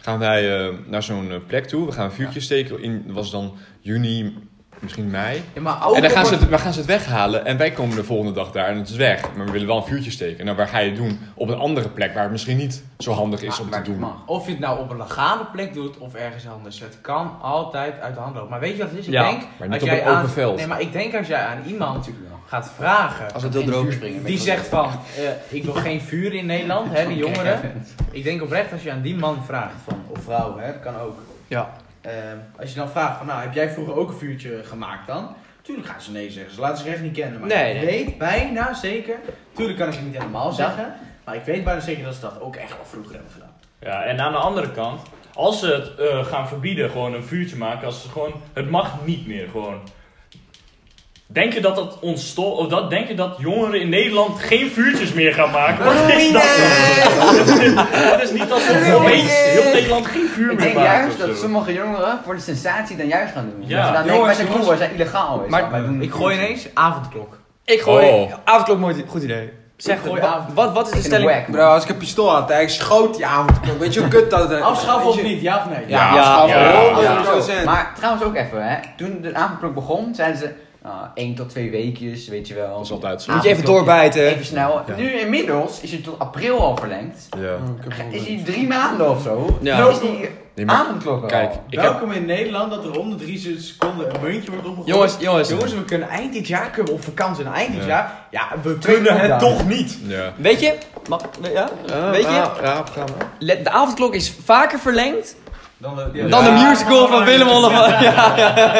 Speaker 4: gaan wij uh, naar zo'n uh, plek toe. We gaan een vuurtje steken. In, dat was dan juni, misschien mei.
Speaker 1: Ja, maar ook
Speaker 4: En dan gaan ze,
Speaker 1: wordt-
Speaker 4: het, we gaan ze het weghalen. En wij komen de volgende dag daar en het is weg. Maar we willen wel een vuurtje steken. Nou, waar ga je het doen? Op een andere plek waar het misschien niet zo handig is om te doen.
Speaker 5: Mag.
Speaker 1: Of je het nou op een legale plek doet of ergens anders. Het kan altijd uit de hand lopen. Maar weet je wat het is? Ik
Speaker 3: Ja,
Speaker 1: denk,
Speaker 4: maar niet
Speaker 1: als
Speaker 4: op
Speaker 1: jij
Speaker 4: een open
Speaker 1: aan,
Speaker 4: veld.
Speaker 1: Nee, maar ik denk als jij aan iemand
Speaker 5: Natuurlijk wel.
Speaker 1: gaat vragen.
Speaker 3: Als het
Speaker 5: Geen
Speaker 3: heel droog
Speaker 5: vuur
Speaker 3: is.
Speaker 5: springen,
Speaker 1: Die
Speaker 5: weet je
Speaker 1: zegt van, eh, ik wil geen vuur in Nederland, hè, die jongeren. Ik denk oprecht als je aan die man vraagt, van, of vrouw, hè, dat kan ook.
Speaker 3: Ja.
Speaker 1: Ehm, als je dan vraagt van, nou, heb jij vroeger ook een vuurtje gemaakt dan? Tuurlijk gaan ze nee zeggen, ze laten zich echt niet kennen. Maar
Speaker 3: Nee,
Speaker 1: ik
Speaker 3: nee.
Speaker 1: weet bijna zeker, tuurlijk kan ik het niet helemaal zeggen, maar ik weet bijna zeker dat ze dat ook echt al vroeger hebben gedaan.
Speaker 6: Ja, en aan de andere kant, als ze het uh, gaan verbieden, gewoon een vuurtje maken, als ze gewoon, het mag niet meer gewoon. Denk je dat dat ontstopt, of dat, denk je dat jongeren in Nederland geen vuurtjes meer gaan maken? Wat is dat dan? Het is niet alsof opeens heel Nederland geen vuur
Speaker 5: Ik
Speaker 6: meer
Speaker 5: denk
Speaker 6: maakt.
Speaker 5: juist
Speaker 6: of
Speaker 5: dat
Speaker 6: zo.
Speaker 5: sommige jongeren voor de sensatie dan juist gaan doen.
Speaker 6: Ja.
Speaker 5: Dat ze dan denken,
Speaker 1: Jongens,
Speaker 5: wij zijn
Speaker 1: jongens.
Speaker 5: cool, wij zijn illegaal. weet je
Speaker 3: Maar
Speaker 5: wel. Wij doen
Speaker 1: Ik gooi ineens avondklok.
Speaker 3: Ik gooi...
Speaker 4: Oh.
Speaker 3: Avondklok, mooi, goed idee. Zeg,
Speaker 1: gooi
Speaker 3: wat,
Speaker 1: avond-
Speaker 3: wat, wat is de
Speaker 5: Ik vind het
Speaker 3: stelling?
Speaker 5: wack, man.
Speaker 2: Bro, als ik een pistool had, ik schoot die avondklok. Weet je hoe kut dat is?
Speaker 1: Afschaffen of
Speaker 2: Weet je-
Speaker 1: niet, ja of nee?
Speaker 2: Ja,
Speaker 3: Ja,
Speaker 2: afschaffen.
Speaker 6: ja,
Speaker 2: honderd
Speaker 5: Ja.
Speaker 2: procent.
Speaker 5: Maar trouwens ook even, hè. Toen de avondklok begon, zeiden ze ah, één tot twee weekjes, weet je wel.
Speaker 4: Dat is altijd zo.
Speaker 3: Moet je even doorbijten.
Speaker 5: Even snel.
Speaker 4: Ja.
Speaker 5: Nu inmiddels is het tot april al verlengd.
Speaker 4: Ja.
Speaker 5: Is die drie maanden of zo?
Speaker 3: Ja.
Speaker 5: Is die
Speaker 4: Nee, maar
Speaker 5: avondklok al?
Speaker 4: kijk, ik heb...
Speaker 1: Welkom in Nederland dat er om de drie seconden een muntje wordt opgegooid.
Speaker 3: Jongens, jongens.
Speaker 1: Jongens, we kunnen eind dit jaar kunnen we op vakantie. En eind dit
Speaker 4: Ja.
Speaker 1: jaar, ja, we
Speaker 5: Twee
Speaker 1: kunnen het
Speaker 5: dagen.
Speaker 1: toch niet.
Speaker 4: Ja.
Speaker 3: Weet je? Mag, ja? Weet je?
Speaker 4: Ja, ja, ga maar.
Speaker 3: Let- De avondklok is vaker verlengd
Speaker 1: Dan de,
Speaker 3: dan de musical van Willem Hollemand. Ja.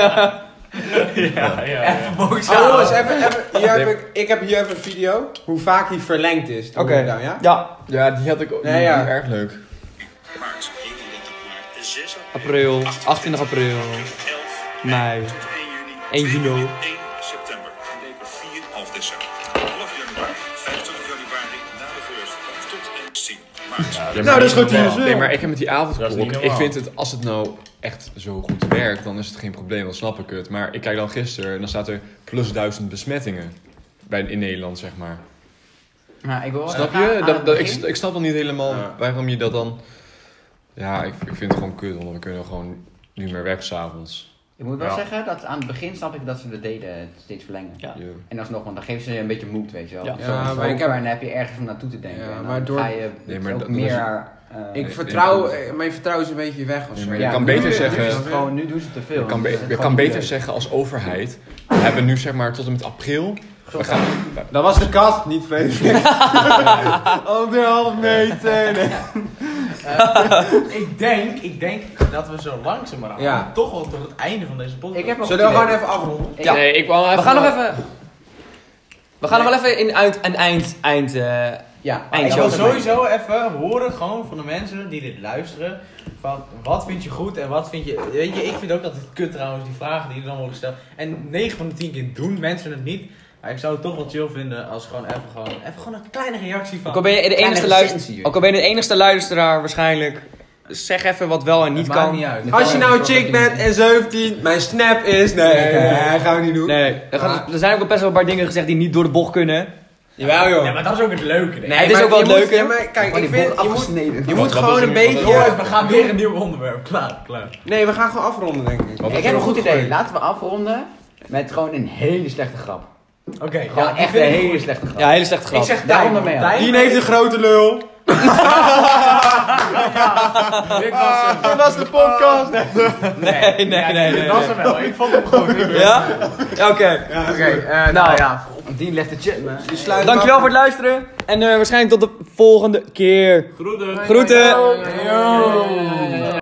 Speaker 6: Ja, ja, ja.
Speaker 2: Oh jongens, even, even, hier heb ik, ik heb hier even een video. Hoe vaak die verlengd is. Doe
Speaker 3: Oké.
Speaker 2: ik nou, ja?
Speaker 3: Ja,
Speaker 4: Ja, die had ik ook.
Speaker 2: Nee,
Speaker 4: die
Speaker 2: ja.
Speaker 4: vond ik erg leuk.
Speaker 7: Maart, eenentwintig maart, zes
Speaker 3: april, achtentwintig april,
Speaker 7: elf
Speaker 3: mei,
Speaker 7: tot één juni,
Speaker 3: één juni.
Speaker 7: één september, vier half december, half januari, vijfentwintig januari, na de voorjaarsvakantie tot en tien maart.
Speaker 4: Ja,
Speaker 6: Nou, dat is goed
Speaker 4: maar-
Speaker 6: hier.
Speaker 4: Nee, maar ik heb met die
Speaker 6: Dat is
Speaker 4: avondklok.
Speaker 6: niet
Speaker 4: Ik
Speaker 6: normaal.
Speaker 4: vind het, als het nou echt zo goed werkt, dan is het geen probleem, dan snap ik het. Maar ik kijk dan gisteren en dan staat er plus duizend besmettingen bij, in Nederland, zeg maar.
Speaker 5: Maar ik wil wel
Speaker 4: Snap
Speaker 5: graag
Speaker 4: je?
Speaker 5: aan
Speaker 4: Dat,
Speaker 5: het
Speaker 4: dat, ik,
Speaker 5: begin-
Speaker 4: ik snap dan niet helemaal
Speaker 2: Ja.
Speaker 4: waarom je dat dan... Ja, ik, ik vind het gewoon kut, want we kunnen gewoon niet meer weg s'avonds.
Speaker 5: Ik moet wel
Speaker 6: Ja.
Speaker 5: zeggen dat aan het begin snap ik dat ze dat deden, het steeds verlengen.
Speaker 3: Ja.
Speaker 4: Ja.
Speaker 5: En alsnog, want dan geven ze je een beetje moed, weet je wel.
Speaker 3: Ja.
Speaker 5: Zo,
Speaker 2: Ja,
Speaker 5: zo
Speaker 2: maar ik heb-
Speaker 5: ver, en dan heb je ergens om naartoe te denken.
Speaker 2: Ja,
Speaker 5: en dan
Speaker 2: maar door-
Speaker 5: ga je
Speaker 4: Nee, maar
Speaker 5: ook
Speaker 4: dat-
Speaker 5: meer...
Speaker 4: dat
Speaker 5: eh,
Speaker 2: Ik
Speaker 4: ik-
Speaker 2: vertrouw,
Speaker 4: ik-
Speaker 2: eh, mijn vertrouwen is een beetje weg of
Speaker 4: Nee,
Speaker 2: zo.
Speaker 4: maar
Speaker 5: ja,
Speaker 4: je kan
Speaker 5: nu-
Speaker 4: beter
Speaker 5: nu
Speaker 4: zeggen-
Speaker 5: is het gewoon, nu doen ze te veel.
Speaker 4: Je kan, be-
Speaker 5: Dus het
Speaker 4: je
Speaker 5: is
Speaker 4: kan
Speaker 5: gewoon
Speaker 4: beter
Speaker 5: niet leuk.
Speaker 4: zeggen als overheid, we hebben nu zeg maar tot en met april... We gaan,
Speaker 2: Dat was de kat, niet vreselijk. Anderhalf meter. Nee.
Speaker 1: Ik denk, ik denk dat we zo langzamerhand
Speaker 2: Ja.
Speaker 1: toch wel tot het einde van deze podcast.
Speaker 5: Ik heb nog
Speaker 2: Zullen we
Speaker 5: een
Speaker 2: gewoon
Speaker 5: idee.
Speaker 2: even afronden?
Speaker 5: Ik-
Speaker 3: Ja.
Speaker 4: Nee, ik wou even...
Speaker 3: We gaan nog even... We gaan nog wel even in uit, een eind, eind, eh
Speaker 5: Ja,
Speaker 3: Eind
Speaker 1: Ik
Speaker 3: show.
Speaker 1: wil
Speaker 5: dat
Speaker 1: sowieso even horen gewoon van de mensen die dit luisteren. Van wat vind je goed en wat vind je... Weet je, ik vind ook dat het kut trouwens, die vragen die er dan worden gesteld. En negen van de tien keer doen mensen het niet. Maar ik zou het toch wel chill vinden als gewoon even gewoon, even gewoon een kleine reactie van...
Speaker 3: Ook al ben je de
Speaker 5: Kleine
Speaker 3: enigste,
Speaker 5: recensie,
Speaker 3: luister,
Speaker 5: joh.
Speaker 3: ook al ben je de enigste luisteraar waarschijnlijk. Zeg even wat wel en niet
Speaker 1: Het maakt
Speaker 3: kan.
Speaker 1: niet uit.
Speaker 2: Als je nou een chick bent en zeventien, mijn snap is... Nee, nee, nee, gaan we niet doen.
Speaker 3: Nee, er, gaat- er zijn ook best wel een paar dingen gezegd die niet door de bocht kunnen.
Speaker 2: Jawel joh.
Speaker 1: Ja, maar dat is ook het leuke. denk ik.
Speaker 3: Nee, het is
Speaker 2: maar
Speaker 3: ook wel
Speaker 2: je
Speaker 3: het
Speaker 2: moet-
Speaker 3: leuke.
Speaker 2: ja, maar kijk,
Speaker 5: Gewoon
Speaker 2: ik
Speaker 5: die
Speaker 2: vind,
Speaker 5: bot
Speaker 2: je moet,
Speaker 5: afgesneden.
Speaker 2: je moet
Speaker 6: Wat- wat
Speaker 2: gewoon
Speaker 6: is
Speaker 2: een
Speaker 6: er nu- wat-
Speaker 2: beetje...
Speaker 1: Jongens, we gaan weer een nieuw onderwerp. Klaar, klaar.
Speaker 2: Nee, we gaan gewoon afronden, denk ik.
Speaker 4: Wat
Speaker 5: Ik
Speaker 4: is
Speaker 5: heb
Speaker 4: er
Speaker 5: een goed
Speaker 4: nog
Speaker 5: idee. Laten we afronden met gewoon een hele slechte grap.
Speaker 1: Oké,
Speaker 5: Gewoon
Speaker 1: ja,
Speaker 5: echt
Speaker 1: die
Speaker 5: een
Speaker 1: vind ik
Speaker 5: hele
Speaker 1: goed.
Speaker 5: slechte grap.
Speaker 3: Ja, hele slechte
Speaker 1: Ik
Speaker 3: grap.
Speaker 1: zeg
Speaker 5: Daarom
Speaker 1: Tijn.
Speaker 5: ermee aan.
Speaker 1: Tijn-
Speaker 2: Dien heeft een grote lul.
Speaker 1: Dit was hem.
Speaker 2: Dat was de podcast.
Speaker 3: Nee, nee, nee, nee.
Speaker 1: Dit was hem wel. Ik vond hem goed.
Speaker 3: Ja? Ja, oké.
Speaker 5: Oké, eh, nou ja. Dien left de chat, man.
Speaker 2: Je sluit
Speaker 3: Dankjewel
Speaker 2: af.
Speaker 3: voor het luisteren. En eh, waarschijnlijk tot de volgende keer.
Speaker 1: Groeten.
Speaker 3: Groeten.
Speaker 1: Yo.